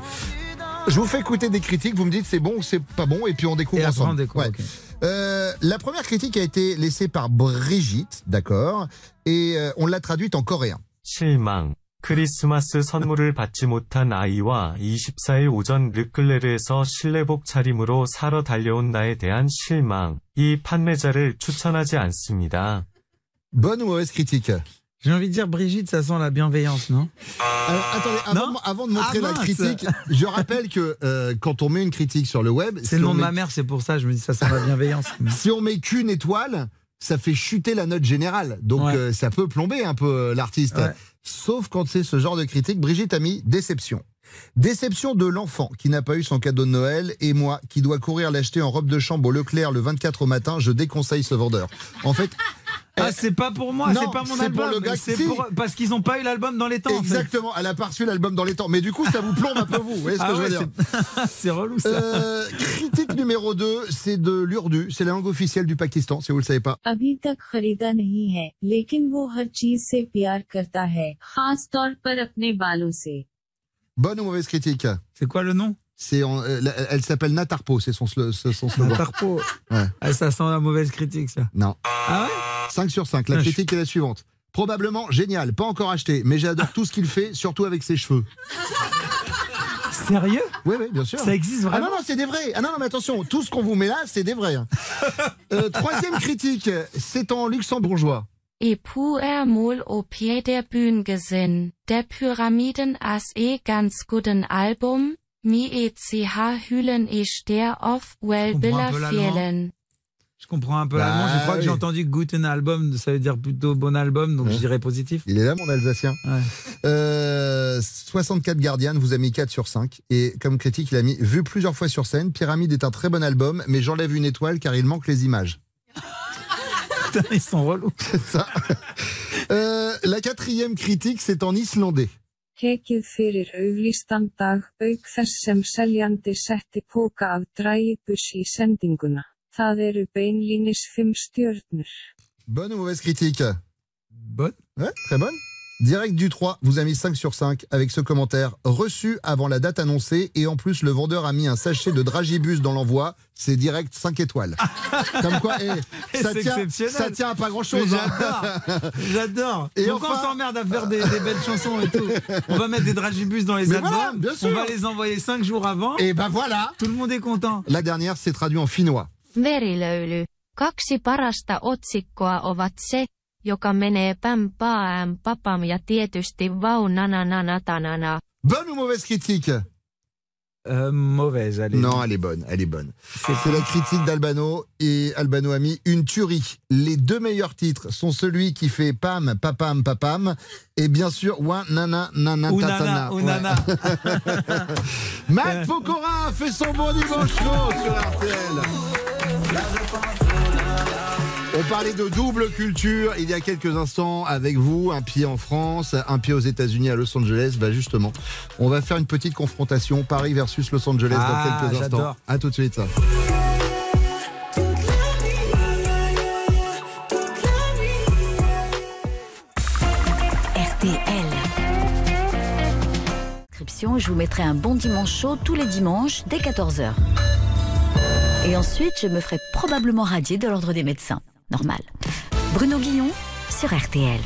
Je vous fais écouter des critiques, vous me dites c'est bon ou c'est pas bon, et puis on découvre et ensemble. On découvre, ouais. okay. euh, la première critique a été laissée par Brigitte, d'accord, et euh, on l'a traduite en coréen. 실망. 크리스마스 선물을 받지 못한 아이와 이십사 일 오전 르클레르에서 실내복 차림으로 사러 달려온 나에 대한 실망. 이 판매자를 추천하지 않습니다. Bonne ou mauvaise critique? J'ai envie de dire, Brigitte, ça sent la bienveillance, non? Alors, attendez, avant, avant de montrer ah, la critique, je rappelle que euh, quand on met une critique sur le web... C'est si le nom de met... ma mère, c'est pour ça, je me dis, ça sent la bienveillance. Si on met qu'une étoile, ça fait chuter la note générale. Donc, ouais. euh, ça peut plomber un peu euh, l'artiste. Ouais. Sauf quand c'est ce genre de critique. Brigitte a mis déception. Déception de l'enfant qui n'a pas eu son cadeau de Noël et moi qui dois courir l'acheter en robe de chambre au Leclerc le vingt-quatre au matin, je déconseille ce vendeur. En fait... Ah, c'est pas pour moi, non, c'est pas mon c'est album. Pour le gars c'est si. pour, parce qu'ils n'ont pas eu l'album dans les temps. Exactement, en fait. Elle a pas reçu l'album dans les temps. Mais du coup, ça vous plombe un peu vous. Vous voyez ce ah que ouais, je veux dire? C'est, c'est relou ça. Euh, critique numéro deux, c'est de l'Urdu. C'est la langue officielle du Pakistan, si vous le savez pas. अभी तक खरीदा नहीं है, लेकिन वो हर चीज से प्यार करता है, खास तौर पर अपने बालों से. Bonne ou mauvaise critique? C'est quoi le nom? C'est en, euh, elle s'appelle Natarpo, c'est son, son slogan. Natarpo. Ouais. Ah, ça sent la mauvaise critique, ça. Non. Ah ouais? cinq sur cinq. La ah, critique je... est la suivante. Probablement génial, pas encore acheté, mais j'adore tout ce qu'il fait, surtout avec ses cheveux. Sérieux? Oui, oui, bien sûr. Ça existe vraiment? Ah non, non, c'est des vrais. Ah non, non, mais attention, tout ce qu'on vous met là, c'est des vrais. euh, troisième critique, c'est en luxembourgeois. Epu er mol op der Bühne gesehen, der Pyramiden as e ganz guten Album, mi et ch hülen ich der of well billa fielen. Je comprends un peu bah, l'allemand, je crois oui. que j'ai entendu Guten Album, ça veut dire plutôt bon album, donc ouais. je dirais positif. Il est là mon Alsacien. Ouais. Euh, soixante-quatre Guardian vous a mis quatre sur cinq, et comme critique il a mis, vu plusieurs fois sur scène, Pyramide est un très bon album, mais j'enlève une étoile car il manque les images. Putain, ils sont relous. C'est ça. Euh, la quatrième critique, c'est en islandais. Tekið fyrir auglýstan dag, auk þess sem seljandi setti póka af drægibus í sendinguna. Það eru beinlínis fimm stjörnur. Bonne ou mauvaise critique? Bonne. Ouais, très bonne. Direct du trois vous a mis cinq sur cinq avec ce commentaire. Reçu avant la date annoncée et en plus le vendeur a mis un sachet de dragibus dans l'envoi. C'est direct cinq étoiles. Comme quoi, eh, ça, c'est tient, exceptionnel. ça tient à pas grand chose. J'adore. J'adore. Et Donc enfin- on s'emmerde à faire des, des belles chansons et tout. On va mettre des dragibus dans les Mais albums. voilà, bien sûr. On va les envoyer cinq jours avant. Et ben voilà. Tout le monde est content. La dernière, c'est traduit en finnois. Verilöyly. Kaksi parasta otsikkoa ovat se, joka menee päm paam papam ja tietysti vau nanananatanana. Bonne ou mauvaise critique? Euh, mauvaise, allez. Non, elle est bonne, elle est bonne. C'est la critique d'Albano et Albano a mis une tuerie. Les deux meilleurs titres sont celui qui fait Pam, Papam, Papam et bien sûr Ouin, Nana, Nana, Ou Tatana. nana, ou Ouais. nana. Matt Pokora a fait son bon dimanche chaud sur R T L. On parlait de double culture il y a quelques instants avec vous, un pied en France, un pied aux États-Unis à Los Angeles. Bah justement, on va faire une petite confrontation Paris versus Los Angeles Ah, dans quelques instants. j'adore. À tout de suite. R T L. Inscription, je vous mettrai un bon dimanche chaud tous les dimanches dès quatorze heures. Et ensuite, je me ferai probablement radier de l'ordre des médecins. Normal. Bruno Guillon sur R T L.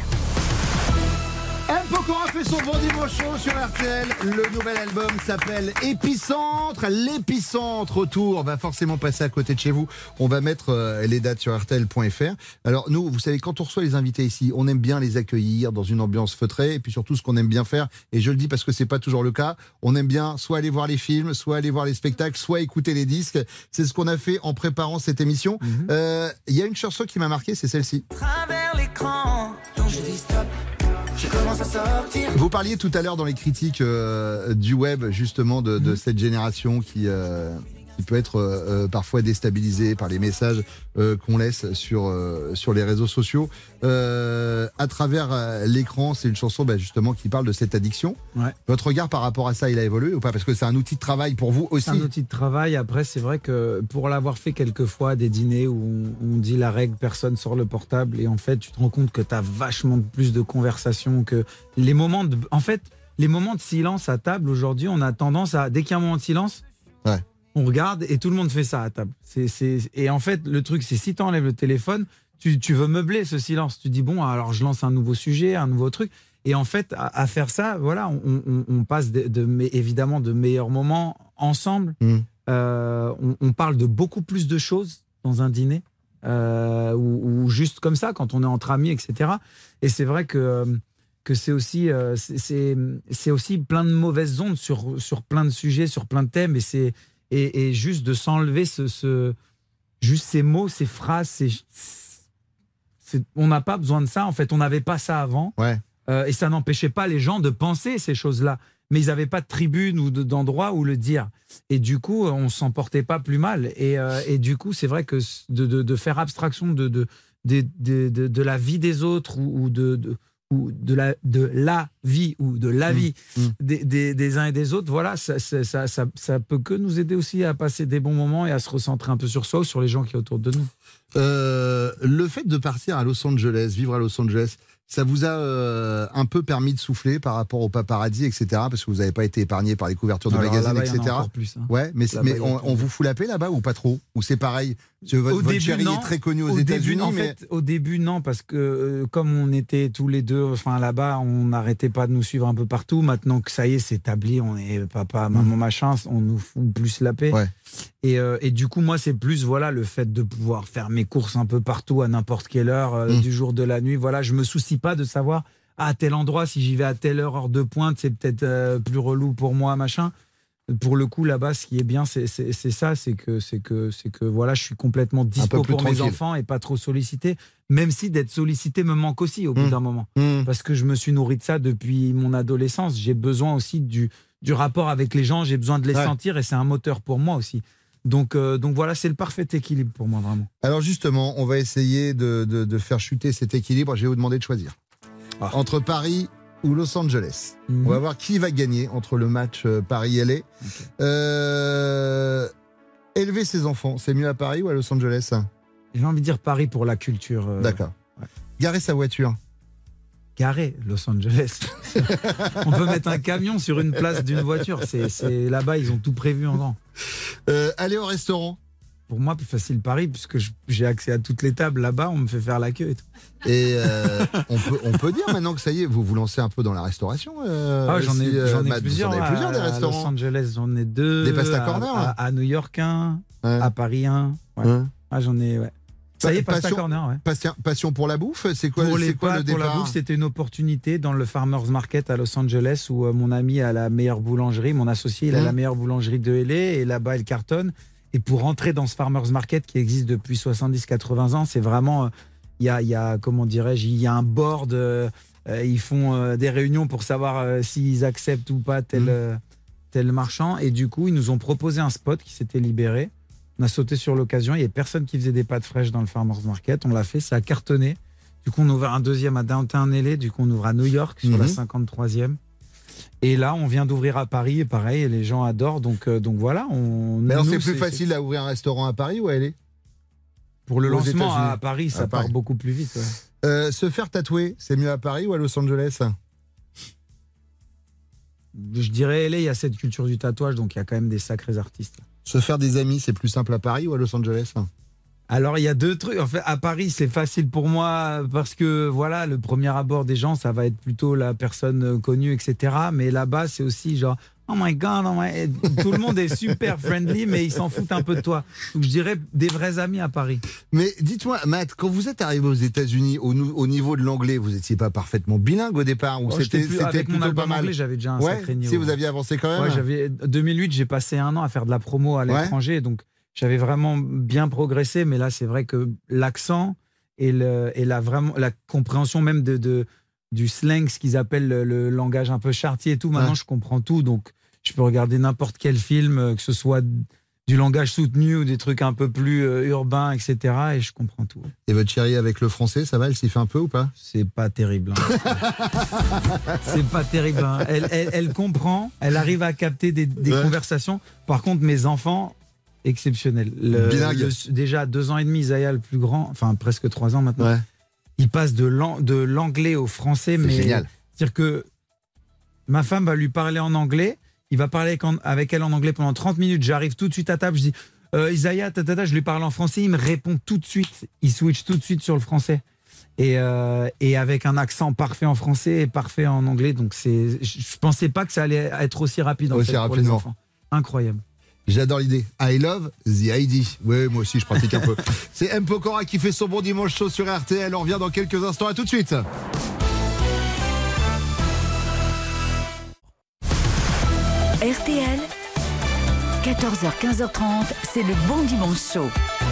M. Pokora fait son bon dimanche chaud sur R T L. Le nouvel album s'appelle Épicentre. L'épicentre autour va forcément passer à côté de chez vous. On va mettre euh, les dates sur R T L point F R. Alors nous, vous savez, quand on reçoit les invités ici, on aime bien les accueillir dans une ambiance feutrée. Et puis surtout, ce qu'on aime bien faire, et je le dis parce que c'est pas toujours le cas, on aime bien soit aller voir les films, soit aller voir les spectacles, soit écouter les disques. C'est ce qu'on a fait en préparant cette émission. Il Mhm. euh, y a une chanson qui m'a marqué, c'est celle-ci. Travers l'écran, donc je dis stop. Je commence à sortir. Vous parliez tout à l'heure dans les critiques euh, du web justement de, de cette génération qui, euh, qui peut être euh, euh, parfois déstabilisée par les messages euh, qu'on laisse sur, euh, sur les réseaux sociaux. Euh, à travers euh, l'écran, c'est une chanson bah, justement qui parle de cette addiction. Ouais. Votre regard par rapport à ça, il a évolué ou pas? Parce que c'est un outil de travail pour vous aussi. C'est un outil de travail. Après, c'est vrai que pour l'avoir fait quelques fois, des dîners où on, on dit la règle, personne sort le portable, et en fait, tu te rends compte que tu as vachement plus de conversations, que les moments de, en fait, les moments de silence à table aujourd'hui, on a tendance à, dès qu'il y a un moment de silence, Ouais. on regarde et tout le monde fait ça à table. C'est, c'est, et en fait, le truc, c'est si tu enlèves le téléphone, tu, tu veux meubler ce silence. Tu dis, bon, alors je lance un nouveau sujet, un nouveau truc. Et en fait, à, à faire ça, voilà, on, on, on passe de, de, mais évidemment de meilleurs moments ensemble. Mmh. Euh, on, on parle de beaucoup plus de choses dans un dîner, euh, ou, ou juste comme ça, quand on est entre amis, et cetera. Et c'est vrai que, que c'est aussi, euh, c'est, c'est, c'est aussi plein de mauvaises ondes sur, sur plein de sujets, sur plein de thèmes. Et, c'est, et, et juste de s'enlever ce, ce, juste ces mots, ces phrases, ces, c'est, on n'a pas besoin de ça. En fait, on n'avait pas ça avant. Ouais. Euh, et ça n'empêchait pas les gens de penser ces choses-là. Mais ils n'avaient pas de tribune ou de, d'endroit où le dire. Et du coup, on ne s'en portait pas plus mal. Et, euh, et du coup, c'est vrai que de, de, de faire abstraction de, de, de, de, de, de la vie des autres ou, ou, de, de, ou de, la, de la vie ou de la vie mmh. des, des, des uns et des autres, voilà, ça, ça, ça, ça, ça peut que nous aider aussi à passer des bons moments et à se recentrer un peu sur soi ou sur les gens qui sont autour de nous. Euh, le fait de partir à Los Angeles, vivre à Los Angeles, ça vous a euh, un peu permis de souffler par rapport au paparazzi, et cetera. Parce que vous n'avez pas été épargné par les couvertures de Alors, magazines, là-bas, il y en a et cetera. encore plus, hein. Ouais, mais, Là-bas, mais il y a on, plus. on vous fout la paix là-bas ou pas trop? Ou c'est pareil? Parce que votre, Au votre début, chérie non. est très connue aux Au début, États-Unis. en mais... fait, au début, non, parce que euh, comme on était tous les deux, enfin là-bas, on n'arrêtait pas de nous suivre un peu partout. Maintenant que ça y est, c'est établi, on est papa, maman, machin, on nous fout plus la paix. Ouais. Et, euh, et du coup, moi, c'est plus voilà le fait de pouvoir faire mes courses un peu partout à n'importe quelle heure euh, Mmh. du jour, de la nuit. Voilà, je me soucie pas de savoir à tel endroit, si j'y vais à telle heure, heure de pointe, c'est peut-être euh, plus relou pour moi, machin. Pour le coup, là-bas, ce qui est bien, c'est, c'est, c'est ça, c'est que, c'est que, c'est que voilà, je suis complètement dispo plus pour mes tranquille. enfants et pas trop sollicité. Même si d'être sollicité me manque aussi au bout Mmh. d'un moment. Mmh. Parce que je me suis nourri de ça depuis mon adolescence. J'ai besoin aussi du, du rapport avec les gens, j'ai besoin de les Ouais. sentir et c'est un moteur pour moi aussi. Donc, euh, donc voilà, c'est le parfait équilibre pour moi, vraiment. Alors justement, on va essayer de, de, de faire chuter cet équilibre. Je vais vous demander de choisir. Ah. Entre Paris ou Los Angeles. Mhm. On va voir qui va gagner entre le match euh, Paris-L A. Euh, élever ses enfants, c'est mieux à Paris ou à Los Angeles? J'ai envie de dire Paris pour la culture. euh, D'accord. ouais. Garer sa voiture. garé, Los Angeles. On peut mettre un camion sur une place d'une voiture. C'est, c'est là-bas, ils ont tout prévu en grand. Euh, aller au restaurant. Pour moi, plus facile Paris, puisque je- j'ai accès à toutes les tables là-bas, on me fait faire la queue et tout. Et euh, on, peut, on peut dire maintenant que ça y est, vous vous lancez un peu dans la restauration. euh, Ah, j'en ai, si, euh, j'en ai Matt, plusieurs. Vous en avez plusieurs des à, à restaurants. Los Angeles, j'en ai deux. Des pasta à- corner, à, hein. à New York, un. Ouais. À Paris, un. Ouais. Ouais. Ah, j'en ai, ouais. Ça y est, pasta passion, corner, ouais. passion, passion pour la bouffe, c'est quoi, Pour c'est les quoi le pâtes, pour la départ bouffe, c'était une opportunité dans le Farmers Market à Los Angeles où euh, mon ami a la meilleure boulangerie, mon associé, il a Mmh. la meilleure boulangerie de L A et là-bas, il cartonne. Et pour rentrer dans ce Farmers Market qui existe depuis soixante-dix quatre-vingts ans, c'est vraiment, il y a, il y a, comment dirais-je, il y a un board, euh, euh, ils font euh, des réunions pour savoir euh, s'ils acceptent ou pas tel, Mmh. euh, tel marchand. Et du coup, ils nous ont proposé un spot qui s'était libéré. On a sauté sur l'occasion. Il n'y avait personne qui faisait des pâtes fraîches dans le Farmers Market. On l'a fait, ça a cartonné. Du coup, on a ouvert un deuxième à Downtown L A. Du coup, on ouvre à New York, sur Mhm. la cinquante-troisième. Et là, on vient d'ouvrir à Paris. Et pareil, et les gens adorent. Donc, euh, donc voilà. On, Mais alors, nous, c'est plus facile à ouvrir un restaurant à Paris ou à L A? Pour le Aux lancement États-Unis. à Paris, ça À part Paris. beaucoup plus vite. ouais. Euh, se faire tatouer, c'est mieux à Paris ou à Los Angeles? Je dirais L A, il y a cette culture du tatouage. Donc, il y a quand même des sacrés artistes. Se faire des amis, c'est plus simple à Paris ou à Los Angeles? Alors, il y a deux trucs. En fait, à Paris, c'est facile pour moi parce que, voilà, le premier abord des gens, ça va être plutôt la personne euh, connue, et cetera. Mais là-bas, c'est aussi genre, oh my God, oh my... Et tout le monde est super friendly, mais ils s'en foutent un peu de toi. Donc, je dirais des vrais amis à Paris. Mais dites-moi, Matt, quand vous êtes arrivé aux États-Unis, au, nou- au niveau de l'anglais, vous n'étiez pas parfaitement bilingue au départ ou Oh, c'était j'étais plus- c'était avec mon plutôt pas album mal? anglais, j'avais déjà un Ouais, sacré niveau. si vous aviez avancé quand même. Ouais, j'avais deux mille huit, j'ai passé un an à faire de la promo à Ouais. l'étranger, donc j'avais vraiment bien progressé. Mais là, c'est vrai que l'accent et, le, et la, vraiment, la compréhension même de, de, du slang, ce qu'ils appellent le, le langage un peu chartier et tout, maintenant, Ouais. je comprends tout. Donc, je peux regarder n'importe quel film, euh, que ce soit du langage soutenu ou des trucs un peu plus euh, urbains, et cetera. Et je comprends tout. Et votre chérie avec le français, ça va, elle s'y fait un peu ou pas? C'est pas terrible. hein. C'est pas terrible. hein. Elle, elle, elle comprend, elle arrive à capter des, des Ouais. conversations. Par contre, mes enfants, exceptionnels. Le- Bilingue. le- déjà, à deux ans et demi, Isaiah, le plus grand, enfin presque trois ans maintenant, Ouais. il passe de l'an- de l'anglais au français. Mais génial. C'est-à-dire que ma femme va lui parler en anglais, il va parler avec, en- avec elle en anglais pendant trente minutes. J'arrive tout de suite à table, je dis euh, Isaiah, tatata, je lui parle en français, il me répond tout de suite, il switch tout de suite sur le français. Et, euh, et avec un accent parfait en français et parfait en anglais. Donc c'est, je je pensais pas que ça allait être aussi rapide en Aussi fait, pour les rapidement. enfants. Incroyable. J'adore l'idée. I love the I D. Oui, moi aussi, je pratique un peu. C'est M. Pokora qui fait son bon dimanche chaud sur R T L. On revient dans quelques instants. À tout de suite. R T L, quatorze heures quinze heures trente, c'est le bon dimanche chaud.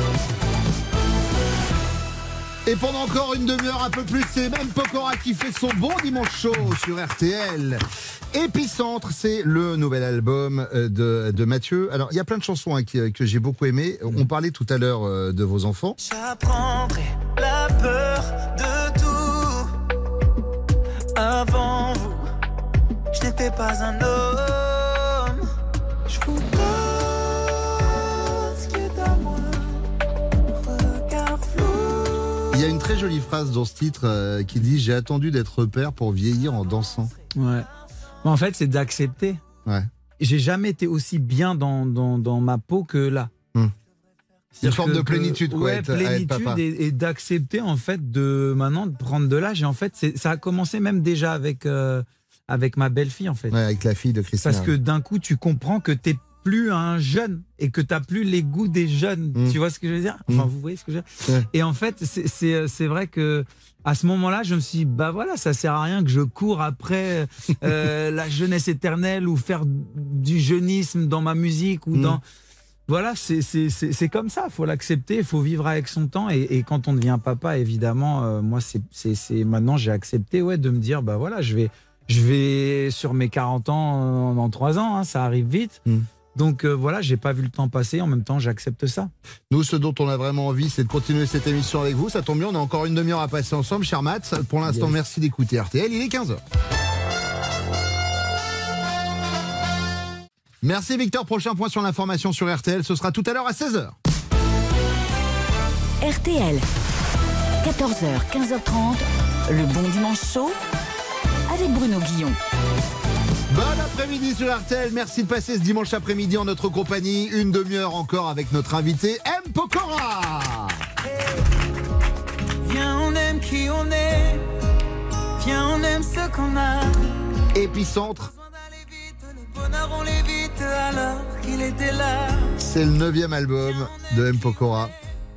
Et pendant encore une demi-heure, un peu plus, c'est même Pokora qui fait son bon dimanche chaud sur R T L. Épicentre, c'est le nouvel album euh, de, de Mathieu. Alors, il y a plein de chansons hein, qui- que j'ai beaucoup aimées. On parlait tout à l'heure euh, de vos enfants. J'apprendrai la peur de tout. Avant vous, je n'étais pas un homme. Je vous pose ce qui est à moi. Regard flou. Il y a une très jolie phrase dans ce titre euh, qui dit « J'ai attendu d'être père pour vieillir en dansant Ouais. Mais en fait, c'est d'accepter. ». Ouais. J'ai jamais été aussi bien dans, dans, dans ma peau que là. Hum. Une C'est-à-dire forme que- de plénitude, que- quoi, ouais, être- à être plénitude papa. et, et d'accepter en fait de maintenant de prendre de l'âge. Et en fait, c'est- ça a commencé même déjà avec euh, avec ma belle-fille en fait. Ouais, avec la fille de Christina. Parce que d'un coup, tu comprends que t'es plus un jeune et que t'as plus les goûts des jeunes. Mm. Tu vois ce que je veux dire? Enfin, Mm. vous voyez ce que je veux dire? Ouais. Et en fait, c'est- c'est c'est vrai que à ce moment-là, je me suis dit, bah voilà, ça sert à rien que je cours après euh, la jeunesse éternelle ou faire du jeunisme dans ma musique ou Mm. dans. Voilà, c'est c'est- c'est- c'est comme ça, il faut l'accepter, il faut vivre avec son temps. Et, et quand on devient papa, évidemment, euh, moi, c'est c'est- c'est- maintenant, j'ai accepté ouais, de me dire, bah voilà, je vais, je vais sur mes quarante ans euh, dans trois ans, hein, ça arrive vite. Mm. Donc euh, voilà, j'ai pas vu le temps passer, en même temps, j'accepte ça. Nous, ce dont on a vraiment envie, c'est de continuer cette émission avec vous. Ça tombe bien, on a encore une demi-heure à passer ensemble, cher Matt. Pour l'instant, Yes. merci d'écouter R T L. Il est quinze heures. Merci Victor. Prochain point sur l'information sur R T L, ce sera tout à l'heure à seize heures. R T L, quatorze heures, quinze heures trente, le Bon Dimanche Show avec Bruno Guillon. Bon après-midi sur R T L, merci de passer ce dimanche après-midi en notre compagnie. Une demi-heure encore avec notre invité M. Pokora. Viens, on aime qui on est. Viens, on aime ce qu'on a. Épicentre. Le bonheur, on l'évite alors qu'il était là. C'est le neuvième album de M. Pokora.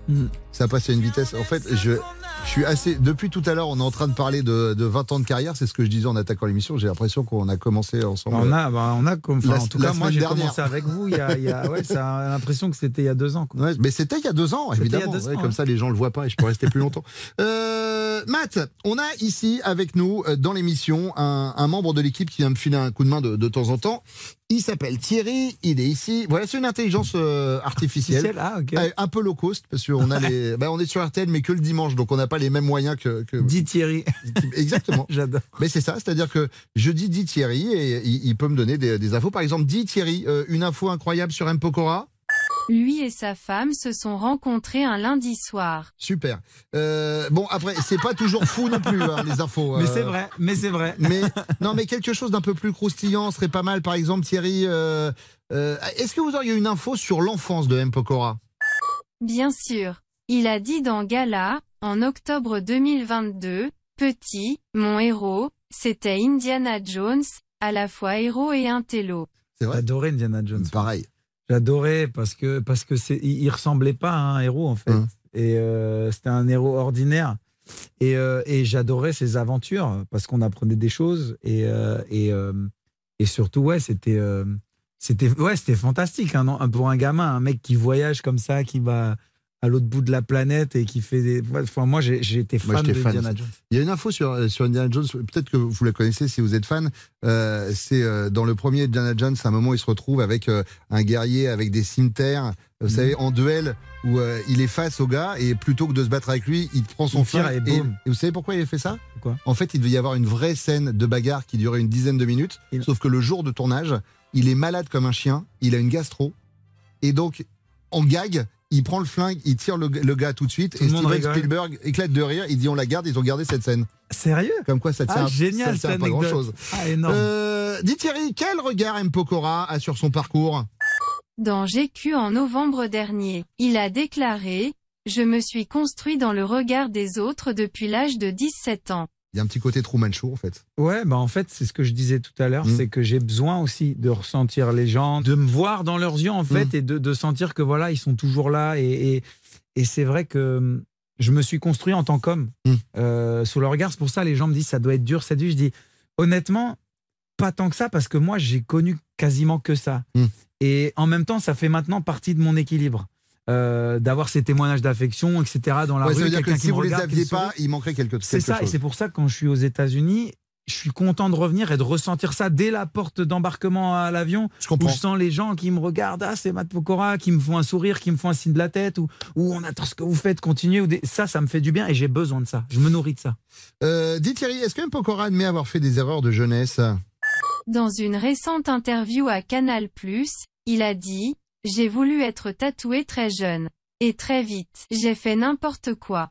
Ça passe à une vitesse. En fait, je, je suis assez. Depuis tout à l'heure, on est en train de parler de, de vingt ans de carrière. C'est ce que je disais en attaquant l'émission. J'ai l'impression qu'on a commencé ensemble. On a, bah, on a comme. Enfin, La- en tout la cas, moi, semaine j'ai dernière. commencé avec vous. Il y a, il y a ouais, ça a l'impression que c'était il y a deux ans. Quoi. Ouais, mais c'était il y a deux ans, C'était il y a évidemment. deux Ouais, ans, comme hein. ça, les gens le voient pas et je peux rester plus longtemps. Euh, Matt, on a ici avec nous euh, dans l'émission un, un membre de l'équipe qui vient me filer un coup de main de, de temps en temps. Il s'appelle Thierry, il est ici. Voilà, c'est une intelligence euh, artificielle. Artificielle, ah, ok. Euh, un peu low cost parce qu'on a les, bah, on est sur R T L mais que le dimanche, donc on n'a pas les mêmes moyens que. que... Dis Thierry. Exactement. J'adore. Mais c'est ça, c'est-à-dire que je dis dis Thierry et il, il peut me donner des, des infos. Par exemple, dis Thierry, euh, une info incroyable sur M. Pokora. Lui et sa femme se sont rencontrés un lundi soir. Super. Euh, bon, après, c'est pas toujours fou non plus, hein, les infos. Mais euh, c'est vrai, mais c'est vrai. Mais, non, mais quelque chose d'un peu plus croustillant serait pas mal. Par exemple, Thierry, euh, euh, est-ce que vous auriez une info sur l'enfance de M. Pokora? Bien sûr. Il a dit dans Gala, en octobre deux mille vingt-deux, petit, mon héros, c'était Indiana Jones, à la fois héros et intello. C'est vrai. J'adorais Indiana Jones. Pareil. J'adorais parce que parce que c'est il, il ressemblait pas à un héros en fait. Hum. Et euh, c'était un héros ordinaire. Et, euh, et j'adorais ses aventures parce qu'on apprenait des choses et euh, et euh, et surtout ouais c'était euh, c'était ouais c'était fantastique hein, non, pour un gamin, un mec qui voyage comme ça, qui va à l'autre bout de la planète et qui fait des. Enfin, moi, j'ai, j'ai été fan Moi, j'étais de fan Indiana aussi. Jones. Il y a une info sur, sur Indiana Jones, peut-être que vous la connaissez si vous êtes fan. Euh, c'est euh, dans le premier Indiana Jones, à un moment, il se retrouve avec euh, un guerrier avec des cimeterres, vous Mhm. savez, en duel, où euh, il est face au gars et plutôt que de se battre avec lui, il prend son Il tire flingue. et Et, boum. et vous savez pourquoi il a fait ça? Pourquoi? En fait, il devait y avoir une vraie scène de bagarre qui durait une dizaine de minutes, Il- sauf que le jour de tournage, il est malade comme un chien, il a une gastro, et donc, en gag, il prend le flingue, il tire le, le gars tout de suite, Tout et le monde Steven rigole. Spielberg éclate de rire, il dit on la garde, ils ont gardé cette scène. Sérieux? Comme quoi ça tient, Ah, génial, ça tient cette pas grand anecdote. chose. Ah, énorme. Euh, dis Thierry, quel regard M. Pokora a sur son parcours? Dans G Q en novembre dernier, il a déclaré « Je me suis construit dans le regard des autres depuis l'âge de dix-sept ans. Il y a un petit côté Truman Show en fait. Ouais, bah en fait, c'est ce que je disais tout à l'heure, Mm. c'est que j'ai besoin aussi de ressentir les gens, de me voir dans leurs yeux en fait, Mm. et de, de sentir que voilà, ils sont toujours là. Et, et, et c'est vrai que hum, je me suis construit en tant qu'homme Mm. euh, sous le regard. C'est pour ça les gens me disent ça doit être dur, c'est dur. Je dis honnêtement, pas tant que ça, parce que moi j'ai connu quasiment que ça. Mm. Et en même temps, ça fait maintenant partie de mon équilibre. Euh, d'avoir ces témoignages d'affection, et cetera dans la Ouais, rue, ça veut dire quelqu'un que qui si me vous les regarde, qui aviez me pas, sourit. il manquerait quelque, C'est quelque ça, chose. et c'est pour ça que quand je suis aux États-Unis, je suis content de revenir et de ressentir ça dès la porte d'embarquement à l'avion, Je où comprends. je sens les gens qui me regardent, ah c'est Matt Pokora, qui me font un sourire, qui me font un signe de la tête, ou, ou on attend ce que vous faites, continuez. Ou des... Ça, ça me fait du bien et j'ai besoin de ça. Je me nourris de ça. Euh, dis Thierry, est-ce que M. Pokora admet avoir fait des erreurs de jeunesse? » Dans une récente interview à Canal plus, il a dit « J'ai voulu être tatoué très jeune. Et très vite, j'ai fait n'importe quoi.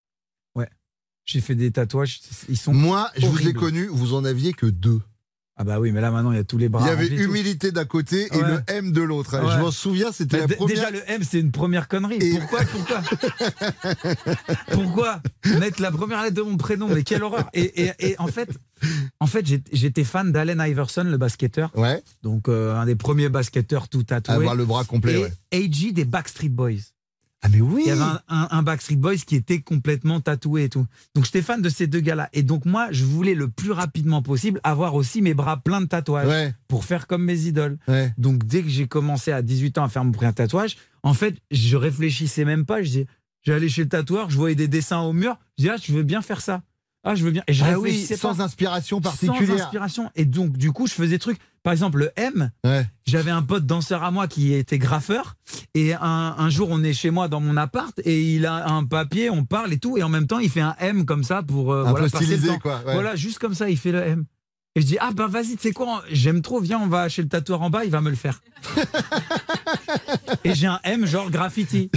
J'ai fait des tatouages, ils sont Moi, je vous ai horribles. connu, vous en aviez que deux. Ah bah oui, mais là maintenant il y a tous les bras. Il y avait remplis et tout. humilité d'un côté et Ouais. le M de l'autre. Ouais. Je m'en souviens, c'était Bah, la d- première. Déjà le M c'est une première connerie. Et- Pourquoi Pourquoi Pourquoi mettre la première lettre de mon prénom? Mais quelle horreur. Et, et, et en fait, en fait j'ai- j'étais fan d'Allen Iverson, le basketteur. Ouais. Donc euh, un des premiers basketteurs tout tatoué. Avoir le bras complet. Et Ouais. A G des Backstreet Boys. Ah mais oui. Il y avait un, un, un Backstreet Boys qui était complètement tatoué et tout. Donc j'étais fan de ces deux gars-là. Et donc moi, je voulais le plus rapidement possible avoir aussi mes bras pleins de tatouages Ouais. pour faire comme mes idoles. Ouais. Donc dès que j'ai commencé à dix-huit ans à faire mon premier tatouage, en fait, je réfléchissais même pas. Je disais, j'allais chez le tatoueur, je voyais des dessins au mur. Je disais, ah, je veux bien faire ça. Ah, je veux bien. Et je Ah oui, réfléchissais sans pas. inspiration Sans particulière. inspiration. Et donc, du coup, je faisais des trucs. Par exemple, le M, Ouais. j'avais un pote danseur à moi qui était graffeur. Et un, un jour, on est chez moi dans mon appart et il a un papier, on parle et tout. Et en même temps, il fait un M comme ça pour euh, Un voilà, peu passer le stylisé temps. quoi. Ouais. Voilà, juste comme ça, il fait le M. Et je dis, ah ben vas-y, tu sais quoi, j'aime trop, viens, on va chez le tatoueur en bas, il va me le faire. Et j'ai un M genre graffiti.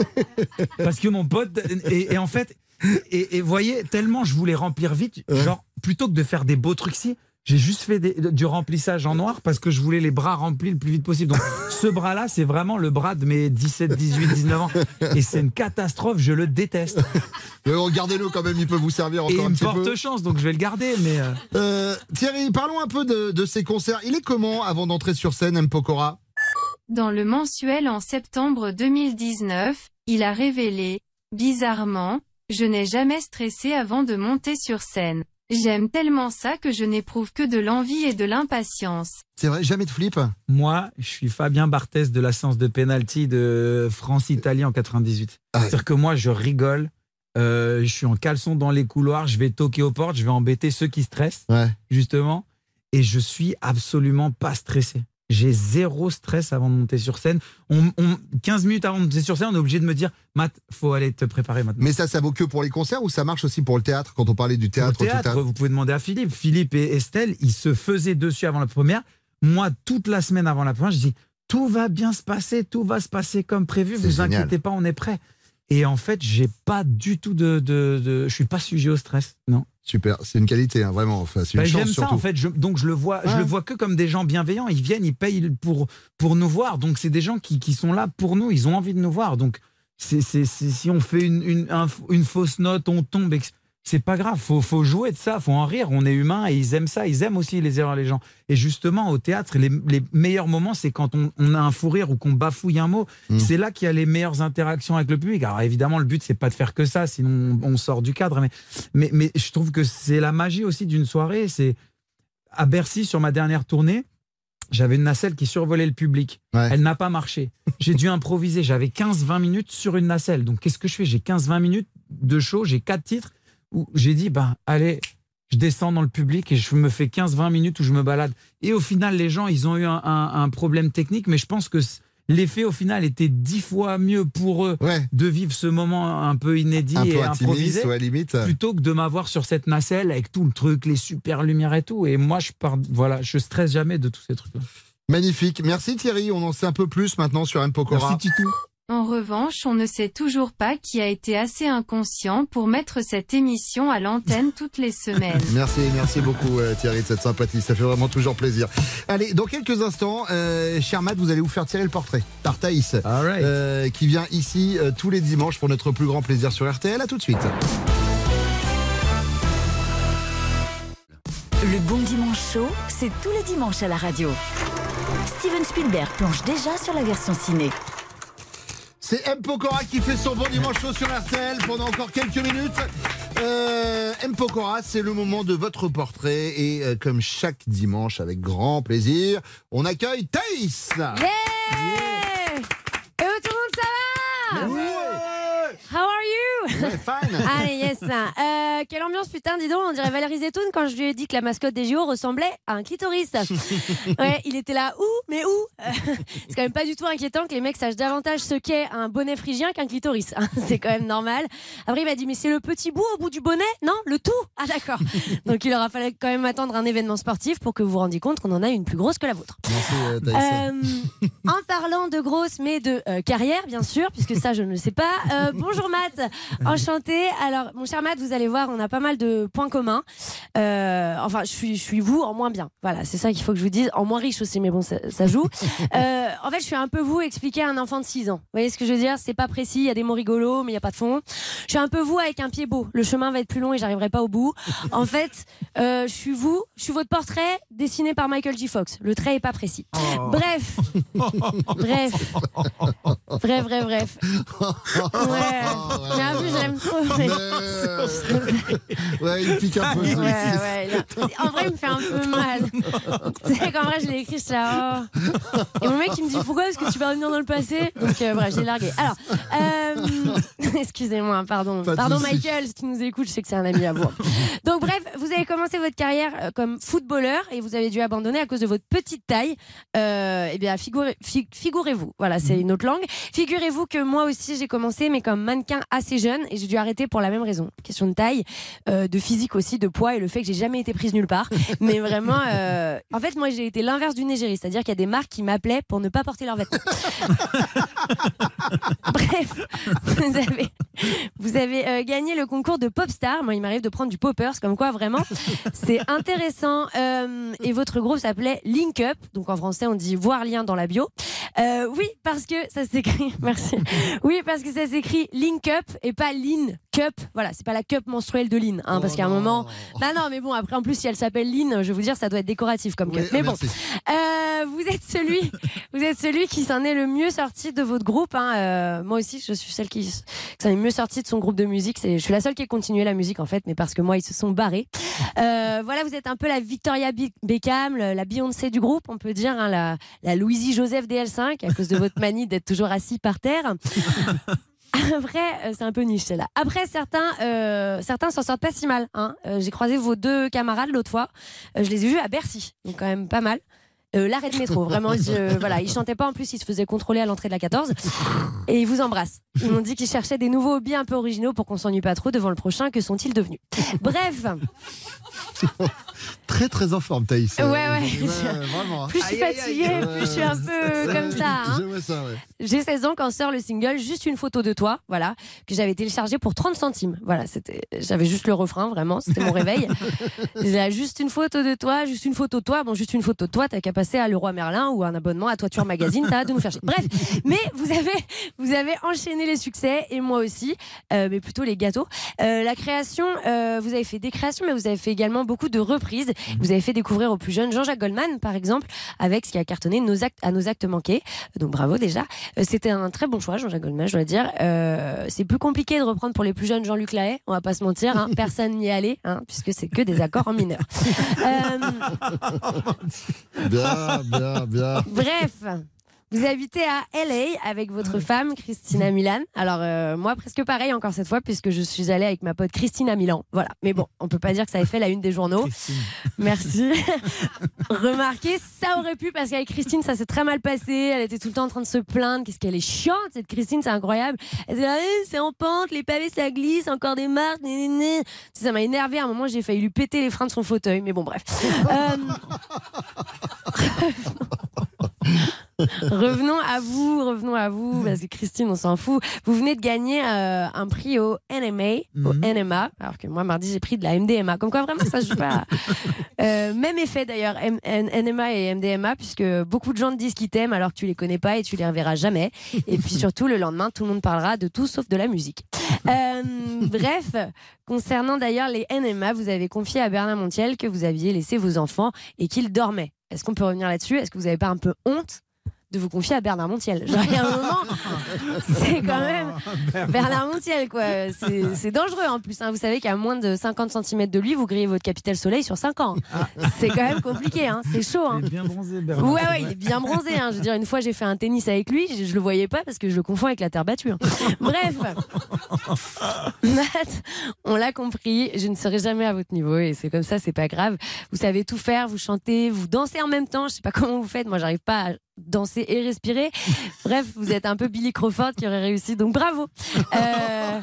Parce que mon pote, et, et en fait, et vous voyez, tellement je voulais remplir vite, ouais. genre plutôt que de faire des beaux trucs ci, j'ai juste fait des, du remplissage en noir parce que je voulais les bras remplis le plus vite possible. Donc ce bras-là, c'est vraiment le bras de mes dix-sept, dix-huit, dix-neuf ans. Et c'est une catastrophe, je le déteste. Mais regardez-le quand même, il peut vous servir encore et un petit peu. Et il me porte chance, donc je vais le garder. Mais euh... Euh, Thierry, parlons un peu de, de ces concerts. Il est comment avant d'entrer sur scène, M. Pokora ? Dans le mensuel en septembre deux mille dix-neuf, il a révélé, bizarrement, « Je n'ai jamais stressé avant de monter sur scène. J'aime tellement ça que je n'éprouve que de l'envie et de l'impatience. » C'est vrai, jamais de flip ? Moi, je suis Fabien Barthez de la séance de pénalty de France-Italie en quatre-vingt-dix-huit. Ah ouais. C'est-à-dire que moi, je rigole, euh, je suis en caleçon dans les couloirs, je vais toquer aux portes, je vais embêter ceux qui stressent, ouais. justement, et je suis absolument pas stressé. J'ai zéro stress avant de monter sur scène. On, on, quinze minutes avant de monter sur scène, on est obligé de me dire « Matt, faut aller te préparer maintenant. » Mais ça, ça vaut que pour les concerts ou ça marche aussi pour le théâtre, quand on parlait du théâtre, pour le théâtre, tout à... vous pouvez demander à Philippe. Philippe et Estelle, ils se faisaient dessus avant la première. Moi, toute la semaine avant la première, je dis « Tout va bien se passer, tout va se passer comme prévu, vous génial. Inquiétez pas, on est prêt. » Et en fait, j'ai pas du tout de, de, de... Je suis pas sujet au stress, non. Super, c'est une qualité, hein, vraiment. Enfin, c'est une bah, chance j'aime surtout. ça, en fait. Je, donc, je le vois, ouais. je le vois que comme des gens bienveillants. Ils viennent, ils payent pour, pour nous voir. Donc, c'est des gens qui, qui sont là pour nous. Ils ont envie de nous voir. Donc, c'est, c'est, c'est, si on fait une, une, un, une fausse note, on tombe. C'est pas grave. Faut, faut jouer de ça. Faut en rire. On est humain et ils aiment ça. Ils aiment aussi les erreurs des gens. Et justement, au théâtre, les, les meilleurs moments, c'est quand on, on a un fou rire ou qu'on bafouille un mot. Mmh. C'est là qu'il y a les meilleures interactions avec le public. Alors, évidemment, le but, c'est pas de faire que ça. Sinon, on, on sort du cadre. Mais, mais, mais je trouve que c'est la magie aussi d'une soirée. C'est à Bercy, sur ma dernière tournée, j'avais une nacelle qui survolait le public. Ouais. Elle n'a pas marché. J'ai dû improviser. J'avais quinze vingt minutes sur une nacelle. Donc, qu'est-ce que je fais ? J'ai quinze vingt minutes de show. J'ai quatre titres. Où j'ai dit, ben, allez, je descends dans le public et je me fais quinze vingt minutes où je me balade. Et au final, les gens, ils ont eu un, un, un problème technique, mais je pense que l'effet, au final, était dix fois mieux pour eux ouais. de vivre ce moment un peu inédit un et peu improvisé, ouais, limite. plutôt que de m'avoir sur cette nacelle avec tout le truc, les super lumières et tout. Et moi, je pars, voilà, je stresse jamais de tous ces trucs-là. Magnifique. Merci Thierry. On en sait un peu plus maintenant sur M. Pokora. Merci Titou. En revanche, on ne sait toujours pas qui a été assez inconscient pour mettre cette émission à l'antenne toutes les semaines. Merci, merci beaucoup euh, Thierry de cette sympathie, ça fait vraiment toujours plaisir. Allez, dans quelques instants, euh, cher Matt, vous allez vous faire tirer le portrait par Thaïs, right. euh, qui vient ici euh, tous les dimanches pour notre plus grand plaisir sur R T L. À tout de suite. Le Bon Dimanche Show, c'est tous les dimanches à la radio. Steven Spielberg plonge déjà sur la version ciné. C'est M. Pokora qui fait son Bon Dimanche Show sur R T L pendant encore quelques minutes. Euh, M. Pokora, c'est le moment de votre portrait et euh, comme chaque dimanche, avec grand plaisir, on accueille Thaïs. Yeah, yeah. Hello tout le monde, ça va? Ouais. How are you? Ouais, fine. Allez, yes. Euh, quelle ambiance, putain, dis donc, on dirait Valérie Zetoun quand je lui ai dit que la mascotte des J O ressemblait à un clitoris. Ouais, il était là, où? Mais où? euh, C'est quand même pas du tout inquiétant que les mecs sachent davantage ce qu'est un bonnet phrygien qu'un clitoris. C'est quand même normal. Après, il m'a dit, mais c'est le petit bout au bout du bonnet? Non, le tout? Ah d'accord. Donc il aura fallu quand même attendre un événement sportif pour que vous vous rendiez compte qu'on en a une plus grosse que la vôtre. Merci, euh, Thaïs. Euh, en parlant de grosse, mais de euh, carrière, bien sûr, puisque ça, je ne le sais pas. Euh, bonjour Matt, enchanté. Alors, mon cher Matt, vous allez voir, on a pas mal de points communs. Euh, enfin, je suis, je suis vous en moins bien. Voilà, c'est ça qu'il faut que je vous dise. En moins riche aussi, mais bon, ça, ça joue. Euh, en fait, je suis un peu vous expliquer à un enfant de six ans. Vous voyez ce que je veux dire? C'est pas précis, il y a des mots rigolos, mais il n'y a pas de fond. Je suis un peu vous avec un pied beau. Le chemin va être plus long et j'arriverai pas au bout. En fait, euh, je suis vous, je suis votre portrait dessiné par Michael J. Fox. Le trait est pas précis. Oh. Bref. Bref. Bref, bref, bref. Ouais. Mais en plus, j'aime trop. Mais... Ouais, il pique un peu. Ouais, ouais, a... En vrai, il me fait un peu mal. Tu sais qu'en vrai, je l'ai écrit, je suis là. Oh. Et mon mec, il me dit pourquoi est-ce que tu vas revenir dans le passé? Donc, euh, bref, j'ai largué. Alors, euh... excusez-moi, pardon. Pas pardon, Michael, si tu nous écoutes, je sais que c'est un ami à vous. Donc, bref, vous avez commencé votre carrière comme footballeur et vous avez dû abandonner à cause de votre petite taille. Euh, eh bien, figurez, fig, figurez-vous, voilà, c'est une autre langue. Figurez-vous que moi aussi, j'ai commencé, mais comme mannequin assez jeune. jeune et j'ai dû arrêter pour la même raison. Question de taille, euh, de physique aussi, de poids et le fait que j'ai jamais été prise nulle part. Mais vraiment, euh, en fait, moi j'ai été l'inverse d'une égérie, c'est-à-dire qu'il y a des marques qui m'appelaient pour ne pas porter leurs vêtements. Bref, vous avez, vous avez euh, gagné le concours de Popstar. Moi, il m'arrive de prendre du Poppers, comme quoi vraiment, c'est intéressant. Euh, et votre groupe s'appelait Link Up, donc en français on dit voir lien dans la bio. Euh, oui, parce que ça s'écrit. Merci. Oui, parce que ça s'écrit Link Up et pas Lean Cup. Voilà, c'est pas la cup menstruelle de Lean, hein, oh parce qu'à un moment. Non, non, mais bon, après en plus si elle s'appelle Lean, je vais vous dire, ça doit être décoratif comme cup. Oui, mais merci. Bon, euh, vous êtes celui, vous êtes celui qui s'en est le mieux sorti de votre groupe. Hein. Euh, moi aussi, je suis celle qui, qui s'en est mieux sortie de son groupe de musique. C'est, je suis la seule qui ait continué la musique en fait, mais parce que moi ils se sont barrés. Euh, voilà, vous êtes un peu la Victoria Beckham, la Beyoncé du groupe, on peut dire, hein, la, la Louisie Joseph D L cinq à cause de votre manie d'être toujours assis par terre. Après, c'est un peu niche celle-là. Après, certains, euh, certains s'en sortent pas si mal. Hein. Euh, j'ai croisé vos deux camarades l'autre fois. Euh, je les ai vus à Bercy, donc quand même pas mal. Euh, l'arrêt de métro, vraiment, je, voilà, ils chantaient pas en plus, ils se faisaient contrôler à l'entrée de la quatorze et ils vous embrassent. Ils m'ont dit qu'ils cherchaient des nouveaux hobbies un peu originaux pour qu'on s'ennuie pas trop devant le prochain. Que sont-ils devenus? Bref. Très très en forme, Thaïs. Ouais, ouais. ouais vraiment, hein. Plus je suis fatiguée, plus je suis un peu comme ça. Hein. Je ça ouais. J'ai seize ans quand sort le single Juste une photo de toi, voilà, que j'avais téléchargé pour trente centimes. Voilà, c'était, j'avais juste le refrain, vraiment, c'était mon réveil. J'ai juste une photo de toi, juste une photo de toi. Bon, juste une photo de toi, t'as qu'à passer à Leroy Merlin ou un abonnement à Toiture Magazine, t'as hâte de nous faire chier. Bref, mais vous avez, vous avez enchaîné les succès et moi aussi, euh, mais plutôt les gâteaux. Euh, la création, euh, vous avez fait des créations, mais vous avez fait également beaucoup de reprises. Vous avez fait découvrir aux plus jeunes Jean-Jacques Goldman, par exemple, avec ce qui a cartonné nos actes, à nos actes manqués. Donc bravo déjà. Euh, c'était un très bon choix, Jean-Jacques Goldman, je dois dire. Euh, c'est plus compliqué de reprendre pour les plus jeunes Jean-Luc Lahaye, on va pas se mentir. Hein. Personne n'y est allé, hein, puisque c'est que des accords en mineur. Euh... Bien, bien, bien. Bref. Vous habitez à L A avec votre femme, Christina Milan. Alors, euh, moi, presque pareil encore cette fois, puisque je suis allée avec ma pote Christine à Milan. Voilà. Mais bon, on peut pas dire que ça ait fait la une des journaux. Christine. Merci. Remarquez, ça aurait pu, parce qu'avec Christine, ça s'est très mal passé. Elle était tout le temps en train de se plaindre. Qu'est-ce qu'elle est chiante, cette Christine, c'est incroyable. Elle disait, ah, c'est en pente, les pavés, ça glisse, encore des marques. Né, né, né. Ça m'a énervé. À un moment, j'ai failli lui péter les freins de son fauteuil. Mais bon, bref. Euh... Revenons à vous, revenons à vous, parce que Christine, on s'en fout. Vous venez de gagner euh, un prix au N M A, mm-hmm. au N M A, alors que moi, mardi, j'ai pris de la M D M A. Comme quoi, vraiment, ça se joue pas. Euh, même effet d'ailleurs, M- N M A et M D M A, puisque beaucoup de gens te disent qu'ils t'aiment alors que tu les connais pas et tu les reverras jamais. Et puis surtout, le lendemain, tout le monde parlera de tout sauf de la musique. Euh, bref, concernant d'ailleurs les N M A, vous avez confié à Bernard Montiel que vous aviez laissé vos enfants et qu'ils dormaient. Est-ce qu'on peut revenir là-dessus? Est-ce que vous n'avez pas un peu honte de vous confier à Bernard Montiel? Genre, il y a un moment, c'est quand même Bernard Montiel, quoi. C'est, c'est dangereux en plus. Hein. Vous savez qu'à moins de cinquante centimètres de lui, vous grillez votre Capital Soleil sur cinq ans. C'est quand même compliqué. Hein. C'est chaud. Hein. Il est bien bronzé, Bernard. Ouais, ouais, il est bien bronzé. Hein. Je veux dire, une fois, j'ai fait un tennis avec lui, je, je le voyais pas parce que je le confonds avec la terre battue. Hein. Bref, Matt, on l'a compris. Je ne serai jamais à votre niveau et c'est comme ça, c'est pas grave. Vous savez tout faire, vous chantez, vous dansez en même temps. Je sais pas comment vous faites. Moi, j'arrive pas à danser et respirer. Bref, vous êtes un peu Billy Crawford qui aurait réussi, donc bravo. Euh...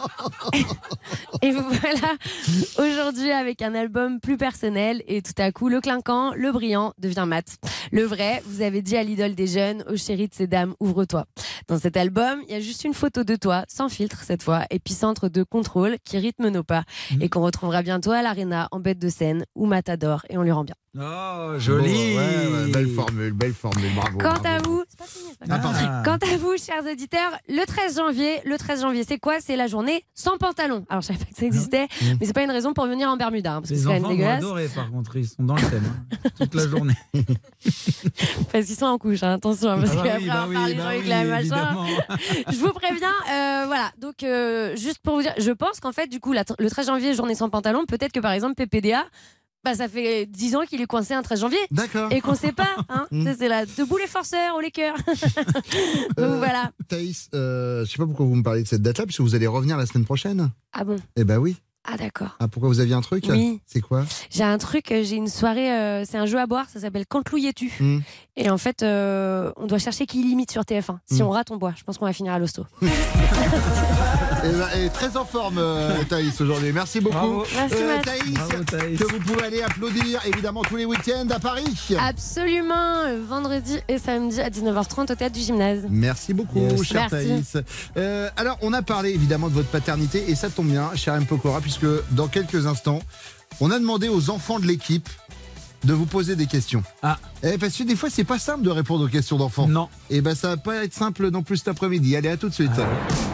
Et vous voilà aujourd'hui avec un album plus personnel et tout à coup, le clinquant, le brillant devient mat. Le vrai, vous avez dit à l'idole des jeunes, au chéri de ces dames, ouvre-toi. Dans cet album, il y a juste une photo de toi, sans filtre cette fois, épicentre de contrôle qui rythme nos pas mmh. et qu'on retrouvera bientôt à l'Arena en bête de scène où Matt adore et on lui rend bien. Oh, joli. Oh, ouais, ouais, belle formule, belle formule, bravo. Quant bravo. à vous, c'est pas fini, c'est pas grave. Ah. Quant à vous, chers auditeurs, le treize janvier, le treize janvier, c'est quoi? C'est la journée sans pantalon. Alors, je savais pas que ça existait, mmh. mais c'est pas une raison pour venir en Bermuda, hein, parce les que c'est quand même dégueulasse. Les enfants vont adorer, par contre, ils sont dans le thème hein, toute la journée. Parce qu'ils sont en couche, hein, attention, parce ah bah qu'après oui, bah on oui, parle bah Jean-Luc oui, la machin. Je vous préviens, euh, voilà. Donc, euh, juste pour vous dire, je pense qu'en fait, du coup, la, le treize janvier, journée sans pantalon, peut-être que par exemple, P P D A. Bah, ça fait dix ans qu'il est coincé un treize janvier. D'accord. Et qu'on sait pas. Hein. Mmh. C'est là. Debout les forceurs, haut les cœurs. Donc euh, voilà. Thaïs, euh, je sais pas pourquoi vous me parlez de cette date-là, puisque vous allez revenir la semaine prochaine. Ah bon? Eh ben oui. Ah d'accord. Ah, pourquoi vous aviez un truc? Oui. C'est quoi? J'ai un truc, j'ai une soirée, euh, c'est un jeu à boire, ça s'appelle Cantelouilles-tu. Mmh. Et en fait, euh, on doit chercher qui limite sur T F un. Si mmh. on rate, on boit. Je pense qu'on va finir à l'hosto. Et, ben, et très en forme, euh, Thaïs, aujourd'hui. Merci beaucoup. Bravo. Merci, Euh, Matt. Thaïs, Bravo, Thaïs. que vous pouvez aller applaudir, évidemment, tous les week-ends à Paris. Absolument, euh, vendredi et samedi à dix-neuf heures trente au théâtre du Gymnase. Merci beaucoup, Yes. cher Merci. Thaïs. Euh, alors, on a parlé évidemment de votre paternité et ça tombe bien, cher M. Pokora, puisque dans quelques instants, on a demandé aux enfants de l'équipe de vous poser des questions. Ah. Eh, parce que des fois, c'est pas simple de répondre aux questions d'enfants. Non. Et ben, ça va pas être simple non plus cet après-midi. Allez, à tout de suite. Ah.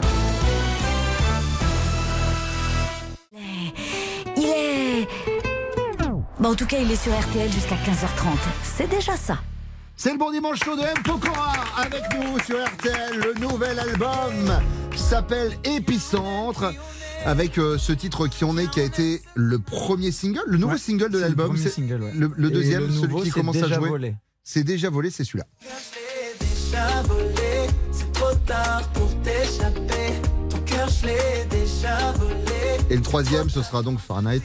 Il est... Bon, en tout cas, il est sur R T L jusqu'à quinze heures trente. C'est déjà ça. C'est le bon dimanche chaud de M. Pokora avec nous sur R T L. Le nouvel album s'appelle Épicentre. Avec euh, ce titre qui en est, qui a été le premier single, le nouveau Ouais, single de c'est le l'album. premier C'est single, ouais. le, le Et deuxième, le celui nouveau, qui c'est commence à Déjà jouer. volé. C'est déjà volé, c'est celui-là. Déjà volé, c'est trop tard pour t'échapper. Ton cœur, je l'ai déjà volé. Et le troisième, ce sera donc Fahrenheit.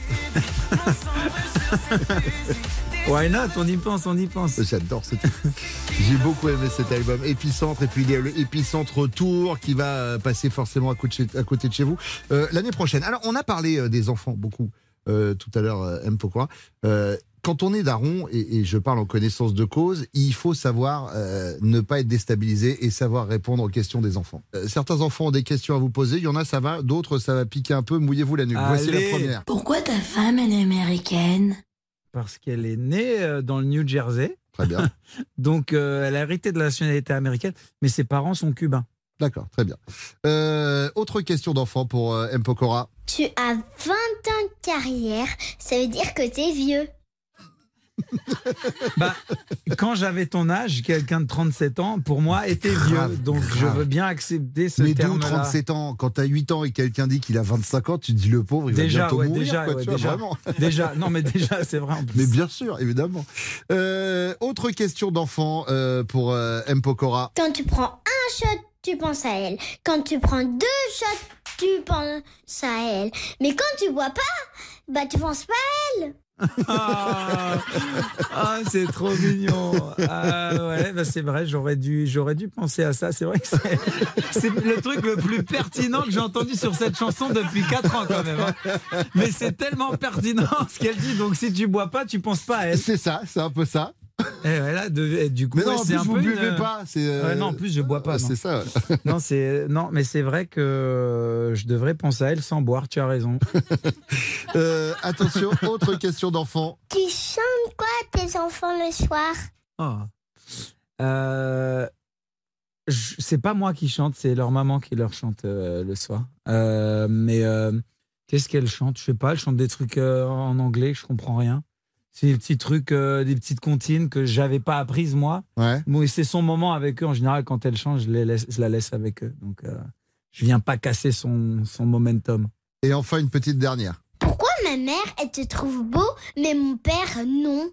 Why not? On y pense, on y pense. J'adore ce titre. J'ai beaucoup aimé cet album Épicentre. Et puis il y a le Épicentre Tour qui va euh, passer forcément à côté de chez, à côté de chez vous euh, l'année prochaine. Alors, on a parlé euh, des enfants beaucoup euh, tout à l'heure, euh, M. Pokora. Euh, quand on est daron, et, et je parle en connaissance de cause, il faut savoir euh, ne pas être déstabilisé et savoir répondre aux questions des enfants. Euh, certains enfants ont des questions à vous poser, il y en a ça va, d'autres ça va piquer un peu, mouillez-vous la nuque. Voici Allez. la première. Pourquoi ta femme, elle est américaine? Parce qu'elle est née euh, dans le New Jersey. Très bien. Donc, euh, elle a hérité de la nationalité américaine, mais ses parents sont cubains. D'accord, très bien. Euh, autre question d'enfant pour euh, M. Pokora. Tu as vingt ans de carrière, ça veut dire que t'es vieux. Bah, quand j'avais ton âge, quelqu'un de trente-sept ans, pour moi, était vieux. Grave, Donc, je grave. veux bien accepter ce Mais d'où terme-là. trente-sept ans? Quand t'as huit ans et quelqu'un dit qu'il a vingt-cinq ans, tu te dis le pauvre, il va Déjà, bientôt ouais, mourir. déjà, quoi, ouais, tu vois, déjà. vraiment. Déjà, non, mais déjà, c'est vrai en plus. Mais bien sûr, évidemment. Euh, autre question d'enfant euh, pour euh, M. Pokora. Quand tu prends un shot, tu penses à elle. Quand tu prends deux shots, tu penses à elle. Mais quand tu bois pas, bah tu penses pas à elle. Ah, ah, c'est trop mignon. Ah, ouais, bah c'est vrai, j'aurais dû, j'aurais dû penser à ça. C'est vrai que c'est, c'est le truc le plus pertinent que j'ai entendu sur cette chanson depuis quatre ans quand même. Hein. Mais c'est tellement pertinent ce qu'elle dit. Donc si tu bois pas, tu penses pas à elle. C'est ça, c'est un peu ça. Et voilà, de, et du coup, Mais non, ouais, en c'est plus, un vous peu buvez une- pas. C'est, euh, Ouais, non, en plus, je bois pas. non. C'est ça. Non, c'est non, mais c'est vrai que je devrais penser à elle sans boire. Tu as raison. Euh, attention, autre question d'enfant. Tu chantes quoi à tes enfants le soir? Oh. Euh, je- c'est pas moi qui chante, c'est leur maman qui leur chante euh, le soir. Euh, mais euh, qu'est-ce qu'elle chante? Je sais pas. Elle chante des trucs euh, en anglais, je comprends rien. C'est des petits trucs, euh, des petites comptines que j'avais pas apprises moi. Ouais. Bon, et c'est son moment avec eux. En général, quand elle chante, je, les laisse, je la laisse avec eux. Donc, euh, je viens pas casser son, son momentum. Et enfin, une petite dernière. Pourquoi ma mère, elle te trouve beau, mais mon père, non?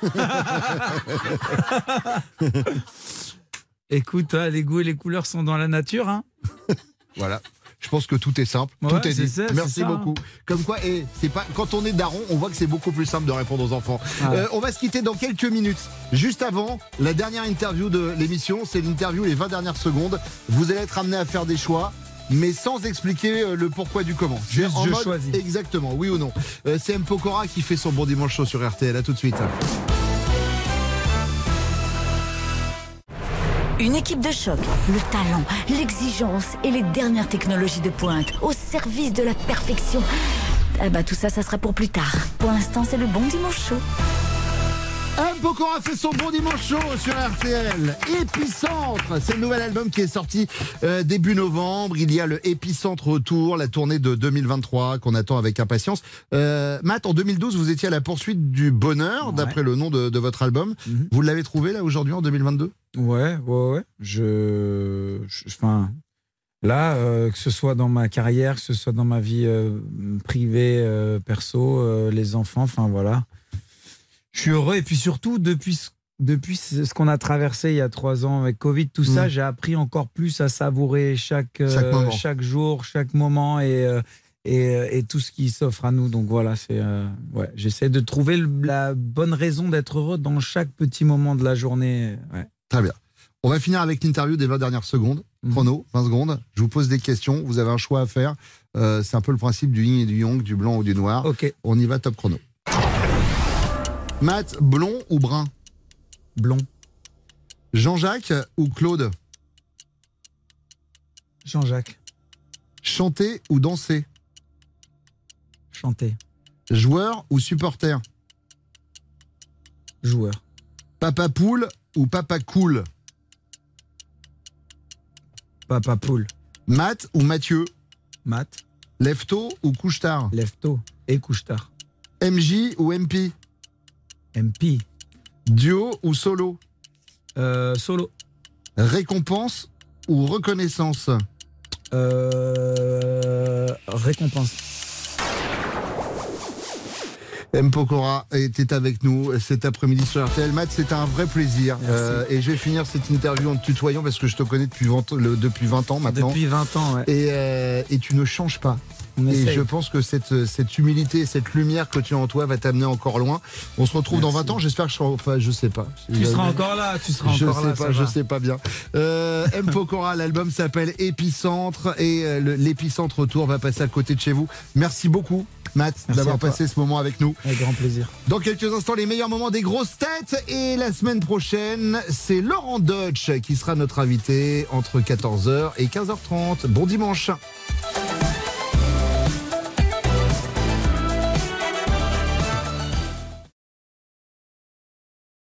Écoute, hein, les goûts et les couleurs sont dans la nature. Hein. Voilà. Je pense que tout est simple, Ouais, tout est c'est dit. ça, Merci c'est ça, beaucoup. Comme quoi, et c'est pas quand on est daron, on voit que c'est beaucoup plus simple de répondre aux enfants. Ouais. Euh, on va se quitter dans quelques minutes. Juste avant, la dernière interview de l'émission, c'est l'interview les vingt dernières secondes. Vous allez être amené à faire des choix, mais sans expliquer euh, le pourquoi du comment. Juste, En je mode- choisis. Exactement, oui ou non. Euh, c'est M. Pokora qui fait son bon dimanche chaud sur R T L. À tout de suite. Une équipe de choc, le talent, l'exigence et les dernières technologies de pointe au service de la perfection. Eh ben, tout ça, ça sera pour plus tard. Pour l'instant, c'est le bon dimanche chaud. M. Pokora fait son bon dimanche chaud sur R T L. Épicentre, c'est le nouvel album qui est sorti euh, début novembre. Il y a le Épicentre Retour, la tournée de deux mille vingt-trois qu'on attend avec impatience. Euh, Matt, en deux mille douze, vous étiez à la poursuite du bonheur, Ouais. d'après le nom de, de votre album. Mhm. Vous l'avez trouvé là aujourd'hui en deux mille vingt-deux? Ouais, ouais, ouais. Je, je- enfin, là, euh, que ce soit dans ma carrière, que ce soit dans ma vie euh, privée, euh, perso, euh, les enfants, enfin voilà. Je suis heureux et puis surtout depuis ce, depuis ce ce qu'on a traversé il y a trois ans avec Covid, tout ça, Mm. j'ai appris encore plus à savourer chaque euh, Chaque moment. chaque jour, chaque moment et euh, et, euh, et tout ce qui s'offre à nous. Donc voilà, c'est euh, ouais, j'essaie de trouver le- la bonne raison d'être heureux dans chaque petit moment de la journée. Ouais. Très bien. On va finir avec l'interview des vingt dernières secondes. Chrono, vingt secondes. Je vous pose des questions. Vous avez un choix à faire. Euh, c'est un peu le principe du yin et du yang, du blanc ou du noir. Ok. On y va, top chrono. Matt, blond ou brun? Blond. Jean-Jacques ou Claude? Jean-Jacques. Chanter ou danser? Chanter. Joueur ou supporter? Joueur. Papa poule ou papa cool? Papa poule. Matt ou Mathieu? Matt. Lève-tôt ou couche-tard? Lève-tôt et couche-tard. M J ou M P? M P. Duo ou solo? Euh, solo. Récompense ou reconnaissance? Euh, récompense. M. Pokora était avec nous cet après-midi sur R T L. Matt, c'était un vrai plaisir. Euh, et je vais finir cette interview en te tutoyant parce que je te connais depuis vingt, le, depuis vingt ans maintenant. Depuis vingt ans, ouais. Et, euh, et tu ne changes pas. On et essaye. je pense que cette, cette humilité, cette lumière que tu as en toi va t'amener encore loin. On se retrouve Merci. dans vingt ans. J'espère que je serai. Enfin, je sais pas. Tu seras encore là, tu seras je encore sais là. pas, ça je va. sais pas bien. Euh, M. Pokora, l'album s'appelle Épicentre et euh, le- l'épicentre tour va passer à côté de chez vous. Merci beaucoup, Matt, Merci d'avoir à toi. passé ce moment avec nous. Avec grand plaisir. Dans quelques instants, les meilleurs moments des grosses têtes. Et la semaine prochaine, c'est Laurent Deutsch qui sera notre invité entre quatorze heures et quinze heures trente. Bon dimanche.